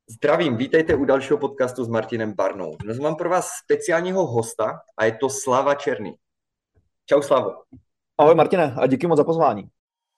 Zdravím, vítejte u dalšího podcastu s Martinem Barnou. Dnes mám pro vás speciálního hosta a je to Slava Černý. Čau Slavo. Ahoj Martine a díky moc za pozvání.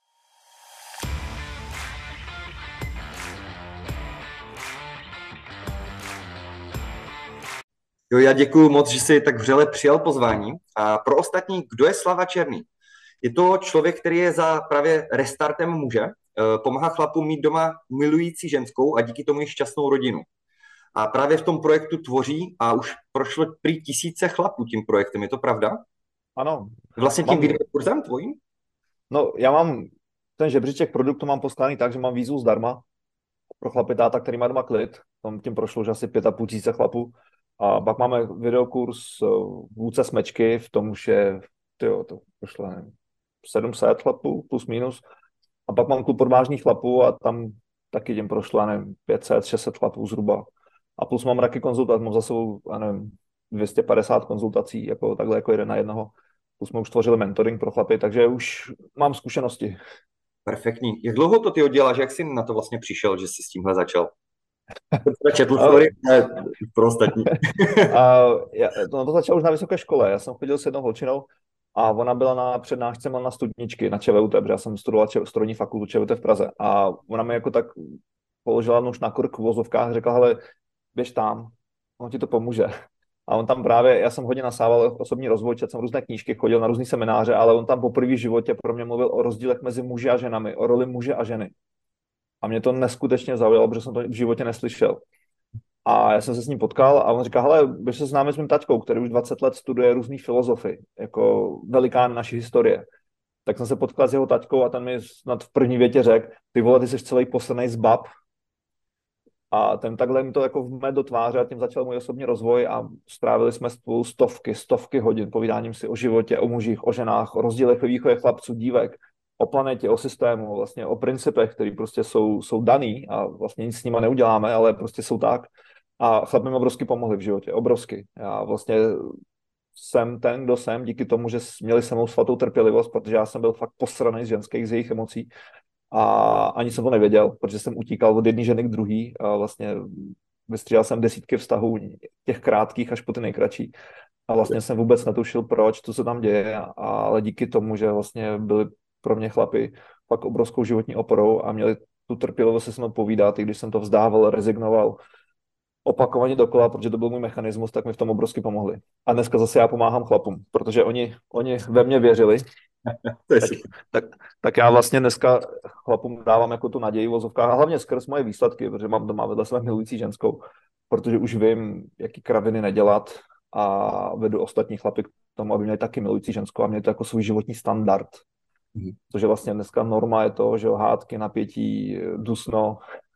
Jo, já děkuji moc, že jsi tak vřele přijal pozvání. A pro ostatní, kdo je Slava Černý? Je to člověk, který je za právě restartem muže, pomáhá chlapům mít doma milující ženskou a díky tomu i šťastnou rodinu. A právě v tom projektu tvoří a už prošlo prý tisíce chlapů tím projektem, je to pravda? Ano, Vlastně tím videokurzem tvojím? no já mám ten žebříček produktu mám poskládaný tak, že mám výzvu zdarma pro chlapy táta, který má doma klid. Tam tím prošlo už asi 5,5 tisíce chlapů. A pak máme videokurs vůdce smečky, v tom už je, to prošlo nevím, 700 chlapů plus minus. A pak mám klub odvážných chlapů a tam taky tím prošlo, nevím, 500, 600 chlapů zhruba. A plus mám taky konzultace, mám za sebou, nevím, 250 konzultací, jako takhle jako jeden na jednoho. Plus jsme už tvořili mentoring pro chlapy, takže už mám zkušenosti. Perfektní. Jak dlouho to ty děláš? Jak jsi na to vlastně přišel, že jsi s tímhle začal? To četl Ale, story, ne, pro ostatní. to začalo už na vysoké škole. Já jsem chodil s jednou holčinou a ona byla na přednášce na studničky na ČVUT, protože já jsem studoval strojní fakultu ČVUT v Praze. A ona mi jako tak položila nůž na krk v vozovkách a řekla, hele, běž tam, on ti to pomůže. A on tam právě, já jsem hodně nasával osobní rozvoj, četl jsem různé knížky, chodil na různé semináře, ale on tam poprvé v životě pro mě mluvil o rozdílech mezi muži a ženami, o roli muže a ženy. A mě to neskutečně zaujalo, protože jsem to v životě neslyšel. A já jsem se s ním potkal a on říká, hele, běž se známe s mým taťkou, který už 20 let studuje různý filozofy, jako velikán naší historie. Tak jsem se potkal s jeho taťkou a ten mi snad v první větě řekl, ty vole, ty jsi celý posranej z bab. A ten takhle mi to jako vmet do tváře a tím začal můj osobní rozvoj a strávili jsme spolu stovky hodin povídáním si o životě, o mužích, o ženách, o rozdílech ve výchově chlapců, dívek, o planetě, o systému, vlastně o principech, které prostě jsou daný a vlastně nic s nima neuděláme, ale prostě jsou tak. A chlapi mi obrovsky pomohli v životě, obrovsky. Já vlastně jsem ten, kdo jsem, díky tomu, že měli se mnou svatou trpělivost, protože já jsem byl fakt posraný z ženských, z jejich emocí. A ani jsem to nevěděl, protože jsem utíkal od jedné ženy k druhé a vlastně vystřídal jsem desítky vztahů, těch krátkých až po ty nejkratší. A vlastně jsem vůbec netušil, proč, co se tam děje, ale díky tomu, že vlastně byli pro mě chlapi fakt obrovskou životní oporou a měli tu trpělivost se mnou povídat, i když jsem to vzdával, rezignoval opakovaně dokola, protože to byl můj mechanismus, tak mi v tom obrovsky pomohli. A dneska zase já pomáhám chlapům, protože oni ve mě věřili. To je tak, super. tak, tak já vlastně dneska chlapům dávám jako tu naději v vozovkách a hlavně skrz moje výsledky, protože mám doma vedle sebe milující ženskou, protože už vím, jaký kraviny nedělat a vedu ostatní chlapy k tomu, aby měli taky milující ženskou a měli to jako svůj životní standard. Mhm. Což je vlastně dneska norma je to, že hádky, napětí, dusno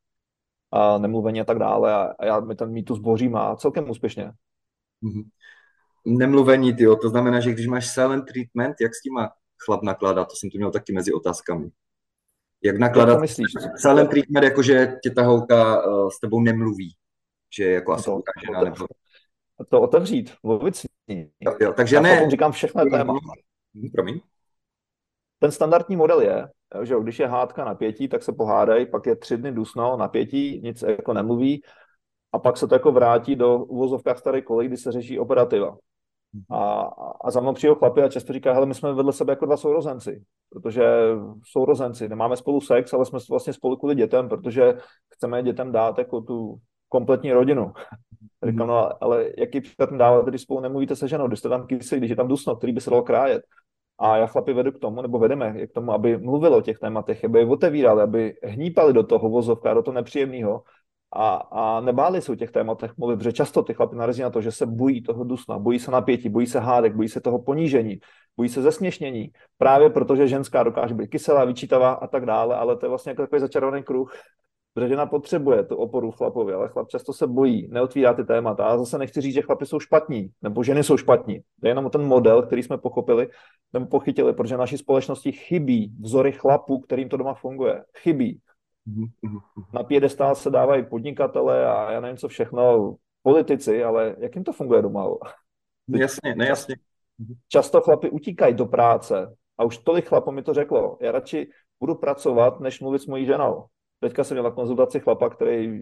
a nemluvení a tak dále a já mi ten mýtus bořím a celkem úspěšně. Mhm. Nemluvení, tyjo, to znamená, že když máš silent treatment, jak s tím má chlap nakládat? To jsem tu měl taky mezi otázkami. Jak Jak to nakládat myslíš? silent treatment, jakože tě ta holka s tebou nemluví, že je jako No asi uražená, nebo... to otevřít, mluvit s ní. Jo, takže Já ne... chlapům říkám všechno téma. Promiň. Ten standardní model je, že když je hádka napětí, tak se pohádají, pak je 3 dny dusno, napětí, nic jako nemluví a pak se to jako vrátí do uvozovkách staré kolej, kdy se řeší operativa. A, a za mnou přijdou chlapi a často říká, hele, my jsme vedle sebe jako dva sourozenci, protože sourozenci, nemáme spolu sex, ale jsme vlastně spolu kvůli dětem, protože chceme dětem dát jako tu kompletní rodinu. Říkám, no, ale jaký příklad dáváte, když spolu nemluvíte se ženou, když jste tam kyselí, když je tam dusno, který by se dalo krájet. A já chlapi vedu k tomu, nebo vedeme k tomu, aby mluvili o těch tématech, aby je otevírali, aby hnípali do toho vozovka, do toho nepříjemného a nebáli se o těch tématech mluvit, protože často ty chlapi narazí na to, že se bojí toho dusna, bojí se napětí, bojí se hádek, bojí se toho ponížení, bojí se zesměšnění, právě protože ženská dokáže být kyselá, vyčítavá a tak dále, ale to je vlastně jako takový začarovaný kruh, protože žena potřebuje tu oporu chlapovi, ale chlap často se bojí, neotvírá ty témata. A zase nechci říct, že chlapi jsou špatní, nebo ženy jsou špatní. To je jenom ten model, který jsme pochopili nebo pochytili, protože v naší společnosti chybí vzory chlapů, kterým to doma funguje. Chybí. Na piedestál se dávají podnikatele a já nevím co všechno, politici, ale jak jim to funguje doma? Jasně, nejasně. Často chlapi utíkají do práce a už tolik chlapů mi to řeklo. Já radši budu pracovat, než mluvit s mojí ženou. Teďka jsem měl na konzultaci chlapa, který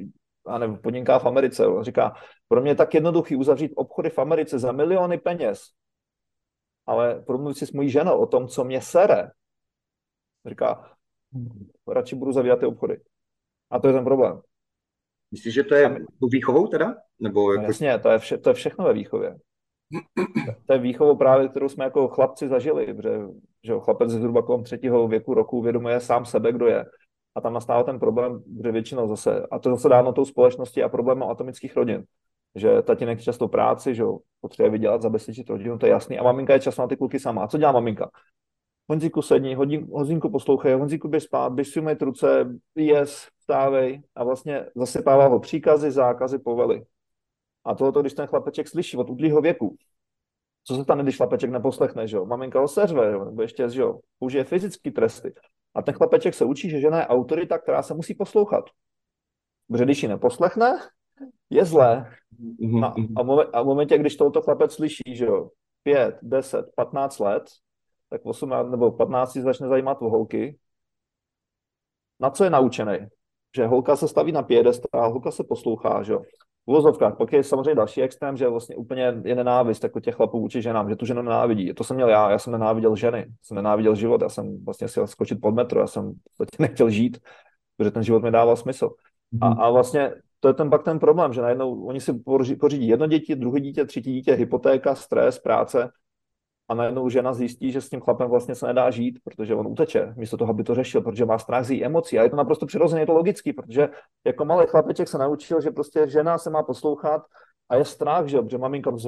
a nebo podniká v Americe. On říká, pro mě je tak jednoduchý uzavřít obchody v Americe za miliony peněz, ale promluvit si s mojí ženou o tom, co mě sere. Říká, radši budu zavírat ty obchody. A to je ten problém. Myslíš, že to je tu výchovou teda? Nebo No jako... jasně, to je všechno ve výchově. To je výchovou právě, kterou jsme jako chlapci zažili, protože že chlapec zhruba kolem 3. věku uvědomuje sám sebe, kdo je. A tam nastává ten problém, kde většinou zase, a to zase dáno tou společností a problémem atomických rodin, že tatínek je často práci, že potřebuje vydělat, zabezpečit rodinu, to je jasný. A maminka je často na ty kluky sama. A co dělá maminka? Honzíku sedni, Honzíku poslouchej, Honzíku běž spát, běž si umýt ruce, jes, vstávej a vlastně zasypává ho příkazy, zákazy, povely. A tohoto, když ten chlapeček slyší od útlýho věku, co se stane, když chlapeček neposlechne, že jo? Maminka ho seřve, jo? Nebo ještě, že jo, použije fyzické tresty. A ten chlapeček se učí, že žena je autorita, která se musí poslouchat. Protože když ji neposlechne, je zlé. A v momentě, když tohoto chlapec slyší, že jo, 5, 10, 15 let, tak 18 nebo 15 začne zajímat o holky. Na co je naučený? Že holka se staví na piedestál, holka se poslouchá, že jo. V uvozovkách, pak je samozřejmě další extrém, že vlastně úplně je nenávist jako těch chlapů vůči ženám, že tu ženu nenávidí. To jsem měl já jsem nenáviděl ženy, jsem nenáviděl život, já jsem vlastně si skočit pod metro, já jsem vlastně nechtěl žít, protože ten život mi dával smysl. A vlastně to je ten problém, že najednou oni si pořídí jedno dítě, druhé dítě, třetí dítě, hypotéka, stres, práce a najednou žena zjistí, že s tím chlapem vlastně se nedá žít, protože on uteče, místo toho, aby to řešil, protože má strach z její emocí. A je to naprosto přirozené, je to logický, protože jako malý chlapeček se naučil, že prostě žena se má poslouchat a je strach, že maminka prostě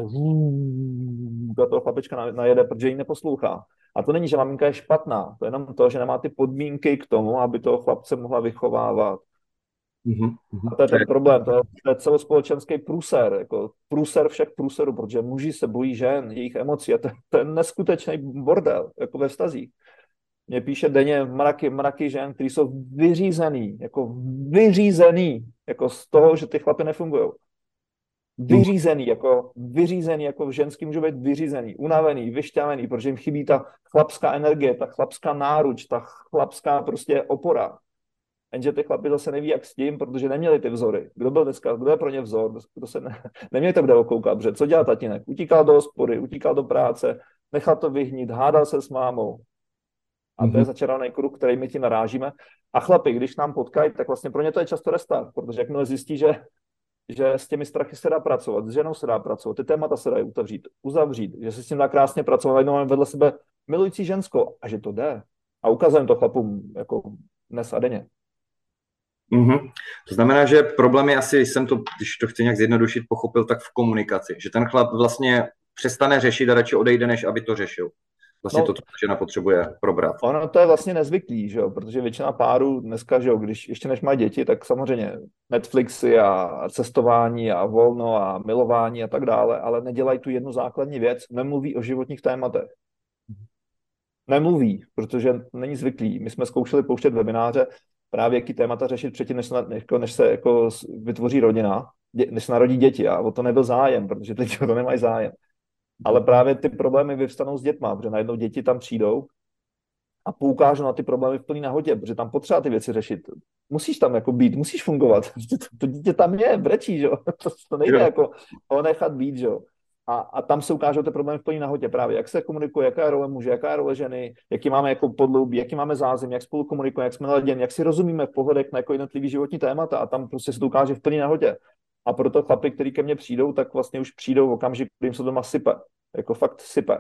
do toho chlapečka najede, protože ji neposlouchá. A to není, že maminka je špatná, to je jenom to, že nemá ty podmínky k tomu, aby toho chlapce mohla vychovávat. A to je ten problém, to je celospolečenský průser, jako průser všech průserů, protože muži se bojí žen, jejich emocí a to je neskutečný bordel, jako ve vztazích. Mně píše denně mraky žen, kteří jsou vyřízený, jako z toho, že ty chlapy nefungují. Vyřízený, jako ženský může být vyřízený, unavený, vyšťavený, protože jim chybí ta chlapská energie, ta chlapská náruč, ta chlapská prostě opora. Jenže ty chlapi zase neví, jak s tím, protože neměli ty vzory. Kdo je pro ně vzor? Neměli to kde okoukat, protože co dělá tatínek? Utíkal do hospody, utíkal do práce, nechal to vyhnít, hádal se s mámou. A to je začarovaný kruh, který my tím narážíme. A chlapi, když nám potkají, tak vlastně pro ně to je často restart, protože jakmile zjistí, že s těmi strachy se dá pracovat, s ženou se dá pracovat, ty témata se dají uzavřít, že se s tím dá krásně pracovat, jednou máme vedle sebe milující ženskou a že to jde. A ukazujeme to chlapům jako dnes a denně. To znamená, že problém je asi, když to chci nějak zjednodušit, pochopil, tak v komunikaci. Že ten chlap vlastně přestane řešit a radši odejde, než aby to řešil. Vlastně to, co žena potřebuje probrat. Ono to je vlastně nezvyklý, že jo? Protože většina párů dneska, že jo, když ještě než mají děti, tak samozřejmě Netflixy a cestování a volno a milování a tak dále, ale nedělají tu jednu základní věc, nemluví o životních tématech. Nemluví, protože není zvyklý. My jsme zkoušeli pouštět webináře, právě jaký témata řešit předtím, než se jako vytvoří rodina, než se narodí děti. A o to nebyl zájem, protože teď to nemají zájem. Ale právě ty problémy vyvstanou s dětma, protože najednou děti tam přijdou a poukážou na ty problémy v plný nahotě, protože tam potřeba ty věci řešit. Musíš tam jako být, musíš fungovat. To dítě tam je, brečí, že jo. To nejde jako ho nechat být, že jo. A tam se ukážou ty problémy v plný nahotě právě, jak se komunikuje, jaká je role muže, jaká je role ženy, jaký máme jako podloubí, jaký máme zázemí, jak spolu komunikujeme, jak jsme naladěni, jak si rozumíme v pohledech na jako jednotlivý životní témata a tam prostě se to ukáže v plný nahotě. A proto chlapi, kteří ke mně přijdou, tak vlastně už přijdou v okamžiku, kdy jim se doma sype. Jako fakt sype.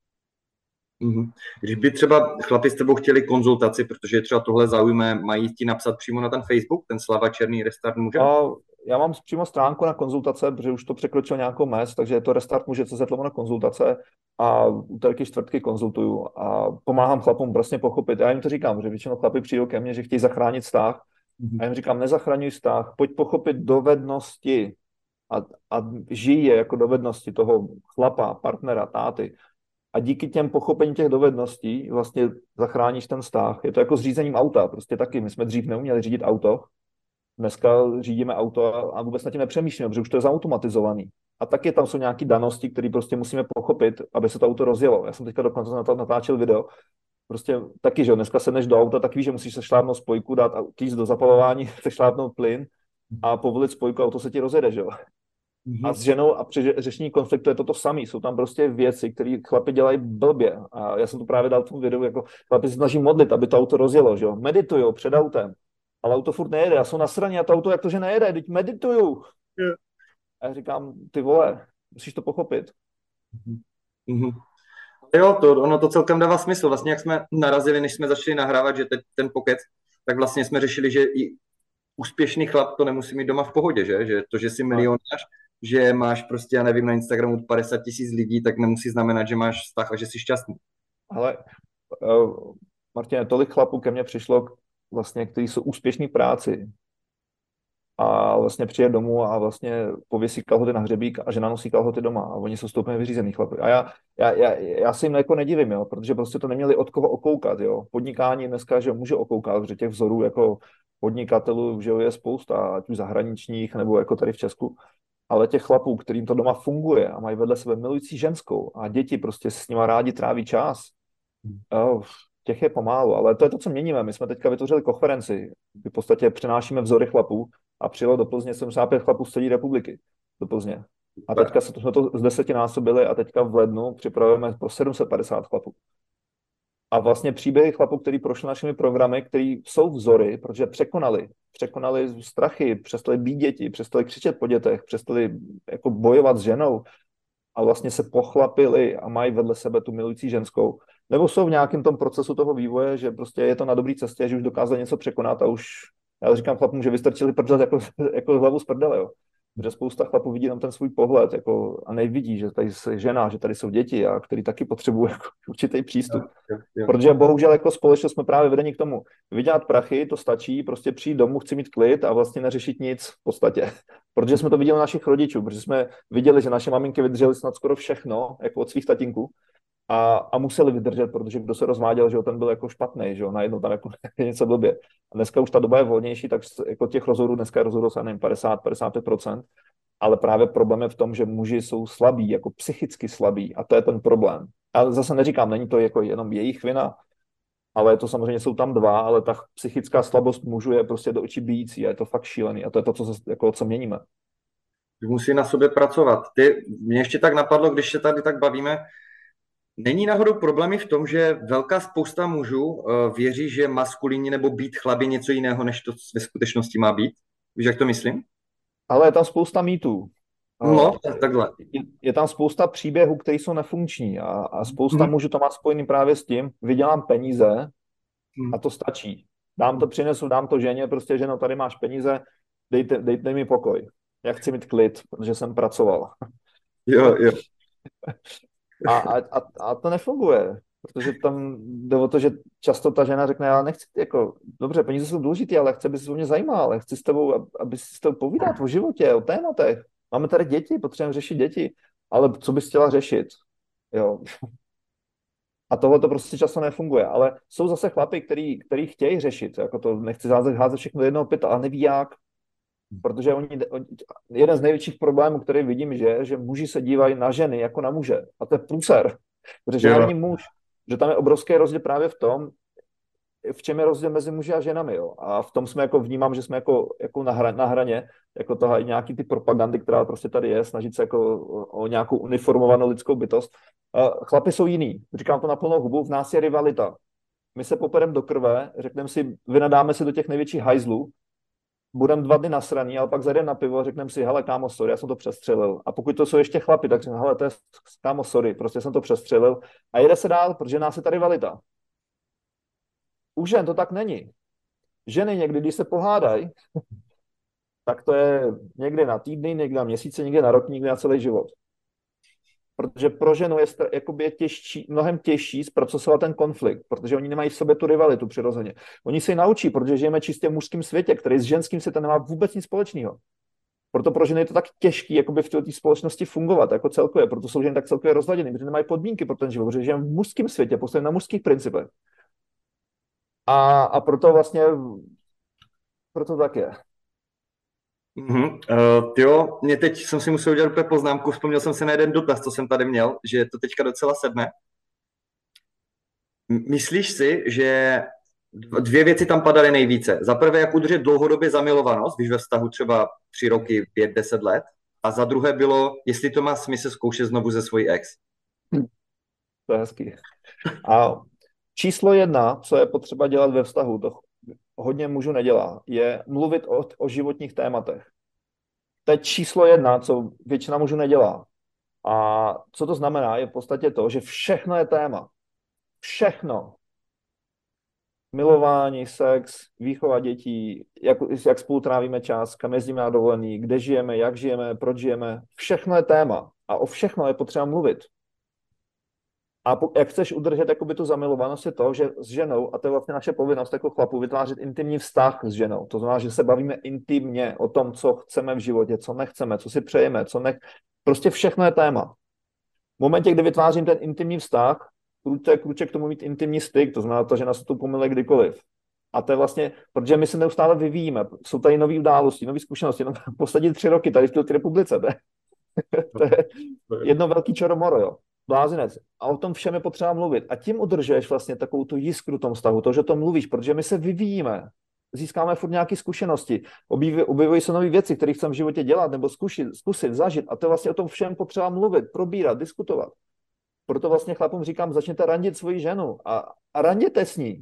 Když by třeba chlapi s tebou chtěli konzultaci, protože třeba tohle zaujme, mají ti napsat přímo na ten Facebook, ten Slava Černý Restart muže? Já mám přímo stránku na konzultace, protože už to překročilo nějakou mez, takže je to restartmuže.cz/konzultace a úterky, čtvrtky konzultuju a pomáhám chlapům prostě pochopit. Já jim to říkám, že většinou chlapi přijdou ke mně, že chtějí zachránit vztah a jim říkám, nezachraňuj vztah, pojď pochopit dovednosti a žij je jako dovednosti toho chlapa, partnera, táty. A díky těm pochopení těch dovedností vlastně zachráníš ten vztah. Je to jako s řízením auta, prostě taky. My jsme dřív neuměli řídit auto, dneska řídíme auto a vůbec nad tím nepřemýšlíme, protože už to je zautomatizovaný. A taky tam jsou nějaké danosti, které prostě musíme pochopit, aby se to auto rozjelo. Já jsem teďka dokonce natáčel video. Prostě taky, že dneska sedneš do auta, tak víš, že musíš sešlápnout spojku, dát klíč do zapalování, sešlápnout plyn a povolit spojku, auto se ti rozjede, že jo? A Mhm. s ženou a při řešení konfliktu je to to samé. Jsou tam prostě věci, které chlapi dělají blbě. A já jsem to právě dal v tom videu, jako chlapi se snaží modlit, aby to auto rozjelo, že jo? Meditujou před autem. Ale auto furt nejede. A jsou nasraní a to auto, jak to, že nejede, teď medituju. A já říkám, ty vole, musíš to pochopit. Mhm. Jo, ono to celkem dává smysl. Vlastně jak jsme narazili, než jsme začali nahrávat, že teď ten pokec, tak vlastně jsme řešili, že i úspěšný chlap to nemusí mít doma v pohodě, že to, že jsi Ale, milionář, že máš prostě, já nevím, na Instagramu 50 000 lidí, tak nemusí znamenat, že máš vztah a že jsi šťastný. ale Martine, tolik chlapů ke mně přišlo, vlastně, kteří jsou úspěšní v práci, a vlastně přijde domů a vlastně pověsí kalhoty na hřebík a žena nosí kalhoty doma a oni jsou stoupeně vyřízený chlapy. A já se jim jako nedivím, jo, protože prostě to neměli od koho okoukat, jo. Podnikání dneska, že může okoukat, protože těch vzorů jako podnikatelů, že jo, je spousta, ať už zahraničních, nebo jako tady v Česku, ale těch chlapů, kterým to doma funguje a mají vedle sebe milující ženskou a děti prostě s nima rádi tráví čas, jo, těch je pomálu, ale to je to, co měníme. My jsme teďka vytvořili konferenci, kdy v podstatě přenášíme vzory chlapů a přijelo do Plzně 75 chlapů z celé republiky do Plzně. A teďka jsme to z 10 násobili a teďka v lednu připravujeme pro 750 chlapů. A vlastně příběhy chlapů, který prošli našimi programy, který jsou vzory, protože překonali strachy, přestali být děti, přestali křičet po dětech, přestali jako bojovat s ženou a vlastně se pochlapili a mají vedle sebe tu milující ženskou. Nebo jsou v nějakém tom procesu toho vývoje, že prostě je to na dobré cestě, že už dokázali něco překonat a už, já říkám chlapům, že vystrčili prdel jako hlavu z prdele, jo. Protože spousta chlapů vidí tam ten svůj pohled jako, a nevidí, že tady je žena, že tady jsou děti a který taky potřebují jako určitý přístup. Jo, jo. Protože bohužel jako společnost jsme právě vedeni k tomu. Vydělat prachy, to stačí, prostě přijít domů, chci mít klid a vlastně neřešit nic v podstatě. Protože jsme to viděli u našich rodičů, protože jsme viděli, že naše maminky vydržely snad skoro všechno, jako od svých tatínků, a museli vydržet, protože kdo se rozváděl, že ten byl jako špatný, že jo, najednou tam jako něco blbě. A dneska už ta doba je volnější, tak jako těch rozhodů dneska je rozhodů se nevím, 50-55%, ale právě problém je v tom, že muži jsou slabí, jako psychicky slabí a to je ten problém. A zase neříkám, není to jako jenom jejich vina, ale to samozřejmě jsou tam dva, ale ta psychická slabost mužů je prostě do očí bijící a je to fakt šílený a to je to, co měníme. Musí na sobě pracovat. Mě ještě tak napadlo, když se tady tak bavíme, není náhodou problémy v tom, že velká spousta mužů věří, že maskulinní nebo být chlap je něco jiného, než to ve skutečnosti má být? Víš, jak to myslím? Ale je tam spousta mýtů. No, takhle. Je tam spousta příběhů, které jsou nefunkční a spousta Mhm. mužů to má spojený právě s tím, vydělám peníze a Mhm. to stačí. Dám to ženě, prostě ženo, tady máš peníze, dejte mi pokoj. Já chci mít klid, protože jsem pracoval. Jo, jo. A to nefunguje, protože tam jde o to, že často ta žena řekne, já nechci, jako, dobře, peníze jsou důležité, ale chci, aby se o mě zajímal, ale chci s tebou, aby si s tebou povídat o životě, o tématech. Máme tady děti, potřebujeme řešit děti, ale co bys chtěla řešit? Jo. A tohle to prostě často nefunguje, ale jsou zase chlapy, který chtějí řešit, jako to nechci házet všechno do jednoho pytle, ale neví jak, protože jeden z největších problémů, který vidím, že muži se dívají na ženy jako na muže. A to je průser, protože žena Jo. není muž. Že tam je obrovský rozdíl právě v tom, v čem je rozdíl mezi muži a ženami. Jo. A v tom jsme jako vnímám, že jsme jako na hraně, jako toho nějaký ty propagandy, která prostě tady je, snažit se jako o nějakou uniformovanou lidskou bytost. A chlapi jsou jiný. Říkám to na plnou hubu, v nás je rivalita. My se popereme do krve, řekneme si, vynadáme si do těch největších hajzlů, budeme 2 dny nasraný, ale pak zajdeme na pivo a řekneme si, hele, kámo, sorry, já jsem to přestřelil. A pokud to jsou ještě chlapi, tak řekneme, hele, to je, kámo, sorry, prostě jsem to přestřelil. A jede se dál, protože nás je ta rivalita. U žen to tak není. Ženy někdy, když se pohádají, tak to je někdy na týdny, někdy na měsíce, někdy na rok, někdy na celý život. Protože pro ženu je mnohem těžší zpracovat ten konflikt, protože oni nemají v sobě tu rivalitu přirozeně. Oni se ji naučí, protože žijeme čistě v mužském světě, který s ženským světem nemá vůbec nic společného. Proto pro ženy je to tak těžké jakoby v té společnosti fungovat jako celkově, proto jsou ženy tak celkově rozladěny, protože nemají podmínky pro ten život, protože žijeme v mužském světě, postavení na mužských principech. A proto tak je. Jo, mě teď jsem si musel udělat úplně poznámku, vzpomněl jsem se na jeden dotaz, co jsem tady měl, že to teďka docela sedne. Myslíš si, že Dvě věci tam padaly nejvíce. Za prvé, jak udržet dlouhodobě zamilovanost, když ve vztahu třeba 3 roky, 5, 10 let. A za druhé bylo, jestli to má smysl zkoušet znovu ze svojí ex. To je hezký. A číslo 1, co je potřeba dělat ve vztahu, to hodně mužů nedělá, je mluvit o životních tématech. To je číslo 1, co většina mužů nedělá. A co to znamená, je v podstatě to, že všechno je téma. Všechno. Milování, sex, výchova dětí, jak spolu trávíme čas, kam jezdíme na dovolený, kde žijeme, jak žijeme, proč žijeme. Všechno je téma. A o všechno je potřeba mluvit. A jak chceš udržet jakoby tu zamilovanost, je to, že s ženou, a to je vlastně naše povinnost jako chlapů, vytvářet intimní vztah s ženou. To znamená, že se bavíme intimně o tom, co chceme v životě, co nechceme, co si přejeme, Prostě všechno je téma. V momentě, kdy vytvářím ten intimní vztah, kruče k tomu mít intimní styk, to znamená, že nás to pomile kdykoliv. A to je vlastně, protože my se neustále vyvíjíme. Jsou tady nové události, nové zkušenosti. No, poslední 3 roky tady v té republice. To je jedno velký čoromoro, jo. Blázinec. A o tom všem je potřeba mluvit. A tím udržuješ vlastně takovou tu jiskru v tom vztahu, to, že to mluvíš, protože my se vyvíjíme. Získáme furt nějaké zkušenosti. Objevují se nové věci, které chceme v životě dělat nebo zkusit, zažít. A to je vlastně o tom všem potřeba mluvit, probírat, diskutovat. Proto vlastně chlapům říkám, začněte randit svoji ženu a randěte s ní.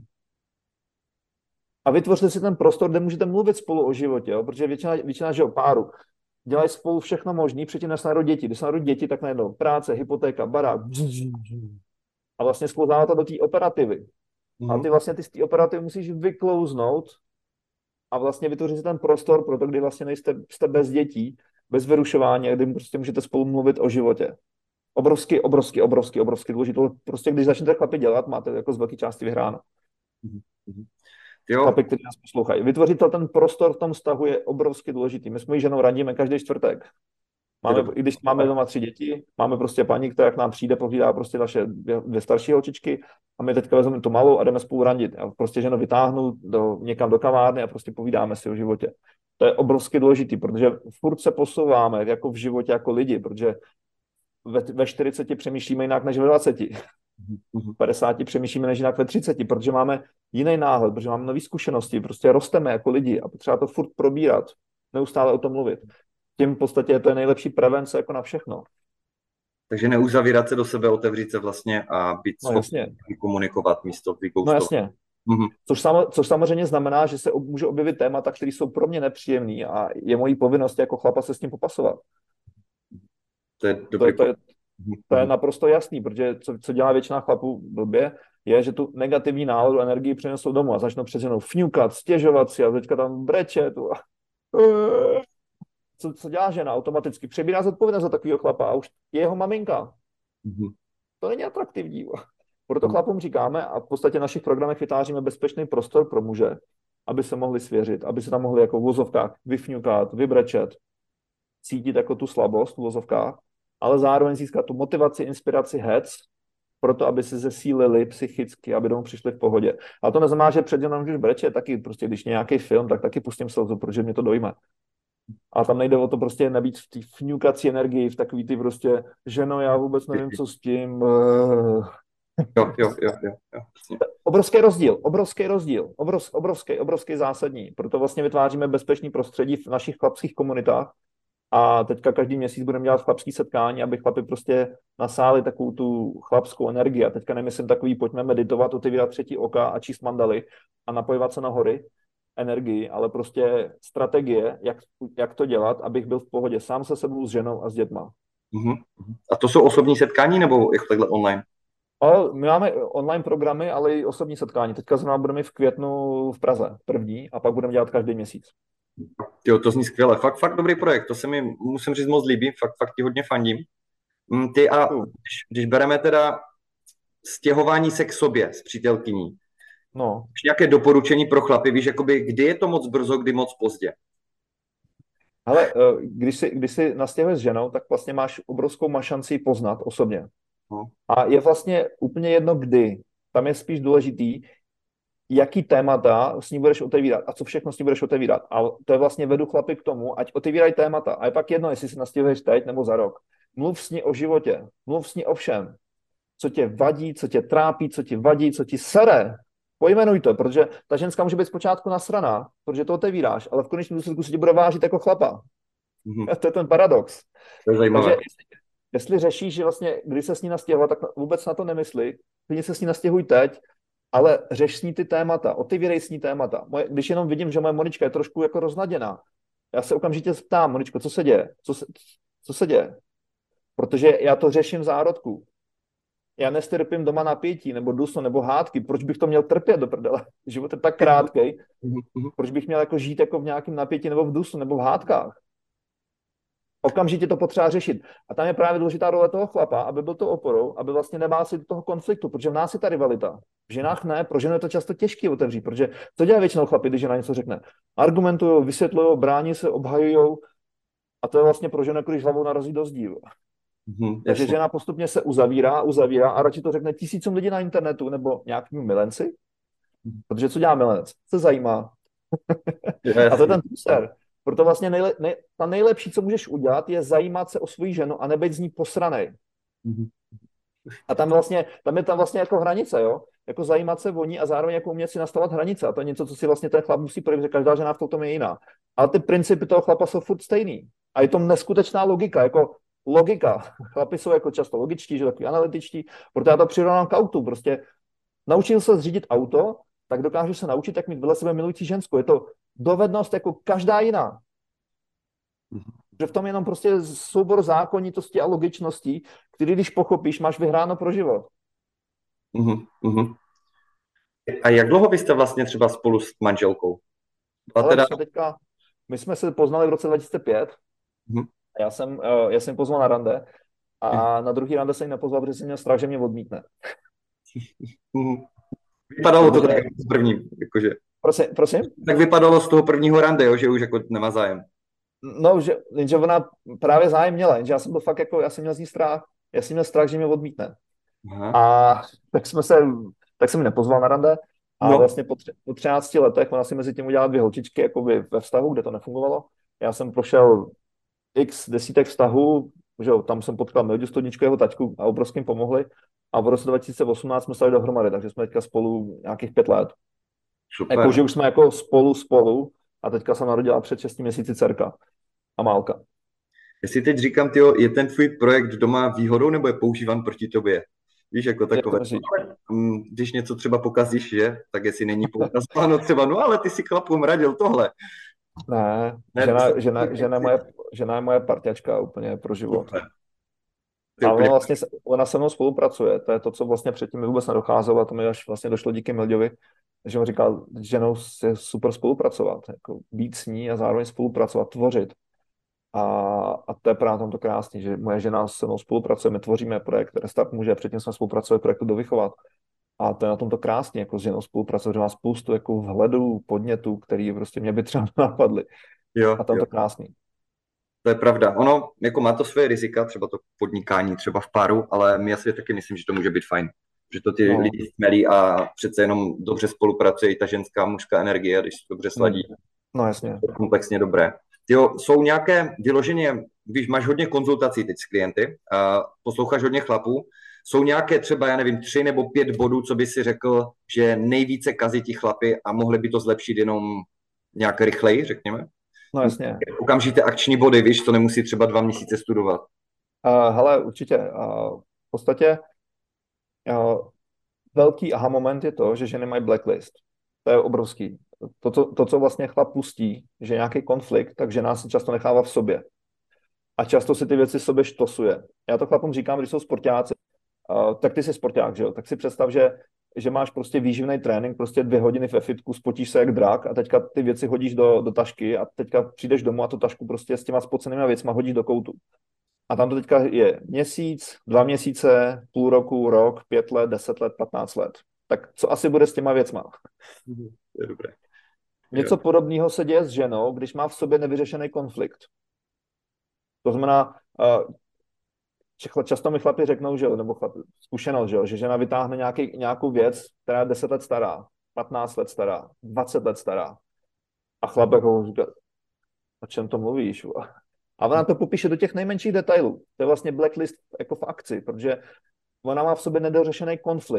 A vytvořte si ten prostor, kde můžete mluvit spolu o životě, jo? Protože většina že páru dělají spolu všechno možné, předtím než se narodí děti. Když se narodí děti, tak najednou práce, hypotéka, barák. A vlastně sklouzáváte do té operativy. A ty vlastně z té operativy musíš vyklouznout a vlastně vytvořit si ten prostor pro to, kdy vlastně jste bez dětí, bez vyrušování, kdy prostě můžete spolu mluvit o životě. Obrovsky důležité. Prostě když začnete chlapi dělat, máte jako z velké části vyhráno. Chlapi, kteří nás poslouchají. Vytvořit ten prostor v tom vztahu je obrovsky důležitý. My s mojí ženou radíme každý čtvrtek. I když máme doma 3 děti, máme prostě paní, která k nám přijde, povídá prostě naše 2 starší holčičky a my teďka vezmeme tu malou a jdeme spolu randit. A prostě ženu vytáhnu někam do kavárny a prostě povídáme si o životě. To je obrovsky důležitý, protože furt se posouváme jako v životě jako lidi, protože ve 40 přemýšlíme jinak než ve 20. V 50 přemýšlíme než jinak ve 30, protože máme jiný náhled, protože máme nové zkušenosti, prostě rosteme jako lidi a potřeba to furt probírat, neustále o tom mluvit. Tím v podstatě to je nejlepší prevence jako na všechno. Takže neuzavírat se do sebe, otevřít se vlastně a být schopný komunikovat místo vykoustot. No jasně. Což samozřejmě znamená, že se může objevit témata, které jsou pro mě nepříjemný a je mojí povinností jako chlapa se s tím popasovat. To je naprosto jasný, protože co dělá většina chlapů blbě, je, že tu negativní náladu energii přinesou domů a začnou přece jenom fňukat, stěžovat si a teďka tam breče. Co dělá žena automaticky? Přebírá zodpovědnost za takového chlapa a už je jeho maminka. To není atraktivní. Proto chlapům říkáme a v podstatě v našich programech vytváříme bezpečný prostor pro muže, aby se mohli svěřit, aby se tam mohli jako v vozovkách vyfňukat, vybrečet, cítit jako tu slabost v vozovkách, ale zároveň získat tu motivaci, inspiraci, hec, proto, aby se zesílili psychicky, aby domů přišli v pohodě. A to neznamená, že před ženou můžeš brečet, taky prostě, když nějaký film, tak taky pustím slzu, protože mě to dojme. A tam nejde o to prostě nebýt v té fňukací energii, v takový ty prostě, ženo, já vůbec nevím, co s tím. Jo. Obrovský rozdíl, obrovský zásadní. Proto vlastně vytváříme bezpečný prostředí v našich chlapských komunitách. A teďka každý měsíc budeme dělat chlapský setkání, aby chlapi prostě nasáli takovou tu chlapskou energii. A teďka nemyslím takový, pojďme meditovat, otevírat 3. oka a číst mandaly a napojovat se na hory energii, ale prostě strategie, jak to dělat, abych byl v pohodě sám se sebou, s ženou a s dětma. A to jsou osobní setkání nebo jako takhle online? My máme online programy, ale i osobní setkání. Teďka zrovna budeme v květnu v Praze první a pak budeme dělat každý měsíc. Jo, to zní skvěle. Fakt dobrý projekt. To se mi, musím říct, moc líbí. Fakt ti hodně fandím. Když bereme teda stěhování se k sobě s přítelkyní, nějaké doporučení pro chlapy, víš, jakoby, kdy je to moc brzo, kdy moc pozdě? Ale když si nastěhuješ s ženou, tak vlastně máš obrovskou šanci ji poznat osobně. A je vlastně úplně jedno kdy. Tam je spíš důležitý, jaký témata s ní budeš otevírat a co všechno s ní budeš otevírat. A to je vlastně vedu chlapy k tomu, ať otevírají témata. A je pak jedno, jestli si nastěhuješ teď nebo za rok. Mluv s ní o životě, mluv s ní o všem. Co tě vadí, co tě trápí, co ti vadí, co ti sere. Pojmenuj to, protože ta ženská může být zpočátku nasraná, protože to otevíráš, ale v konečném důsledku se tě bude vážit jako chlapa. Mhm. To je ten paradox. To je Takže zajímavé. jestli řešíš, že vlastně, když se s ní nastěhovat, tak vůbec na to nemysli, klidně se s ní nastěhuj teď, ale řeš s ní ty témata, otevírej s ní témata. Když jenom vidím, že moje Monička je trošku jako roznaděná, já se okamžitě ptám, Moničko, co se děje? Co se děje? Protože já to řeším v zárodku. Já nestrpím doma napětí, nebo dusno, nebo hádky. Proč bych to měl trpět do prdele? Život je tak krátkej. Mhm, mhm, Proč bych měl jako žít jako v nějakém napětí, nebo v dusnu, nebo v hádkách? Okamžitě to potřeba řešit. A tam je právě důležitá role toho chlapa, aby byl to oporou, aby vlastně nebál se do toho konfliktu, protože v nás je ta rivalita. V ženách ne, pro ženu je to často těžké otevřít, protože co dělá většinou chlapi, když žena něco řekne? Argumentují, vysvětlují, brání se, obhajují a to je vlastně pro ženu, jako když hlavou narazí do zdí. mhm, Takže jasně. žena postupně se uzavírá a radši to řekne tisícům lidí na internetu nebo nějakým milenci, protože co dělá milenec? Se zajímá. A to je Jasně. ten průser. Proto vlastně ta nejlepší, co můžeš udělat, je zajímat se o svou ženu a nebejt z ní posranej. Mhm, A tam vlastně jako hranice, jo? Jako zajímat se o ní a zároveň jako umět si nastavovat hranice. A to je něco, co si vlastně ten chlap musí projevit, že každá žena v tom je jiná. Ale ty principy toho chlapa jsou furt stejný. A je to neskutečná logika, jako logika. Chlapi jsou jako často logičtí, že takový analytičtí, proto já to přirovnám k autu. Prostě naučil se řídit auto, tak dokážeš se naučit, jak mít vedle sebe milující ženskou. Je to dovednost jako každá jiná. mhm, Že v tom jenom prostě soubor zákonitosti a logičností, který když pochopíš, máš vyhráno pro život. mhm, mhm. A jak dlouho vy jste vlastně třeba spolu s manželkou? Byla Ale teda... my jsme se poznali v roce 2005. Mhm, Já jsem ji pozval na rande a na druhý rande jsem ji nepozval, protože jsem měl strach, že mě odmítne. mhm. Vypadalo to tak Protože, jako z první, jakože. prosím? Tak vypadalo z toho prvního rande, jo, že už jako nemá zájem. No, jenže ona právě zájem měla, jenže já jsem byl fakt jako, já jsem měl z ní strach. Já jsem měl strach, že mě odmítne. Aha. A tak jsem ji nepozval na rande a No, vlastně po 13 letech ona si mezi tím udělala 2 holčičky jakoby ve vztahu, kde to nefungovalo. Já jsem prošel x desítek vztahů, že jo, tam jsem potkal Mildu Studničku, jeho taťku a obrovským pomohli. A v roce 2018 jsme stali dohromady, takže jsme teďka spolu nějakých 5 let. Jako, super. že už jsme jako spolu a teďka se narodila před 6 měsíci dcerka a Málka. Já si teď říkám, tyjo, je ten tvůj projekt doma výhodou nebo je používan proti tobě? Víš, jako Jak to takové, myslíš? když něco třeba pokazíš, že? Tak jestli není poukazováno třeba, no ale ty si chlapům radil tohle. Ne, Ne, to žena je moje parťačka úplně pro život. super. To je A úplně... ona se mnou spolupracuje, to je to, co vlastně předtím mi vůbec nedocházelo a to mi až vlastně došlo díky Milďovi, že on říkal, že ženou je super spolupracovat, jako být s ní a zároveň spolupracovat, tvořit. A, a to je právě tam to krásné, že moje žena se mnou spolupracuje, my tvoříme projekt Restart muže, předtím jsme spolupracovali v projektu Dovychovat. A to je na tom to krásně, jako s ženou spolupracovat, že má spoustu jako vhledů, podnětů, který prostě mě by třeba napadly. Jo, A tam jo, to krásný. to je pravda. Ono jako má to svoje rizika, třeba to podnikání třeba v páru, ale my asi taky myslím, že to může být fajn. Že to ty No, lidi smelí a přece jenom dobře spolupracuje i ta ženská, mužská energie, když se dobře no, sladí, no jasně. komplexně dobré. Jo, jsou nějaké vyloženě, když máš hodně konzultací teď s klienty, posloucháš hodně chlapů, jsou nějaké třeba, já nevím, 3 nebo 5 bodů, co by si řekl, že nejvíce kazí ti chlapy a mohli by to zlepšit jenom nějak rychleji, řekněme? No jasně. Okamžité akční body, víš, to nemusí třeba 2 měsíce studovat. Hele, určitě. V podstatě velký aha moment je to, že ženy mají blacklist. To je obrovský. To, co vlastně chlap pustí, že je nějaký konflikt, tak žena si často nechává v sobě. A často si ty věci sobě štosuje. Já to chlapům říkám, když jsou sportáci, tak ty jsi sporták, že jo? Tak si představ, že máš prostě výživný trénink, prostě 2 hodiny ve fitku, spotíš se jak drak a teďka ty věci hodíš do tašky a teďka přijdeš domů a tu tašku prostě s těma spocenými věcma hodíš do koutu. A tam to teďka je měsíc, 2 měsíce, půl roku, rok, 5 let, 10 let, 15 let. Tak co asi bude s těma věcma? To je dobré. Něco podobného se děje s ženou, když má v sobě nevyřešený konflikt. To znamená, často mi chlapi řeknou, že, nebo zkušenost, že žena vytáhne nějakou věc, která je 10 let stará, 15 let stará, 20 let stará. A chlap jako říká, o čem to mluvíš? A ona to popíše do těch nejmenších detailů. To je vlastně blacklist jako v akci, protože ona má v sobě nedořešený konflikt.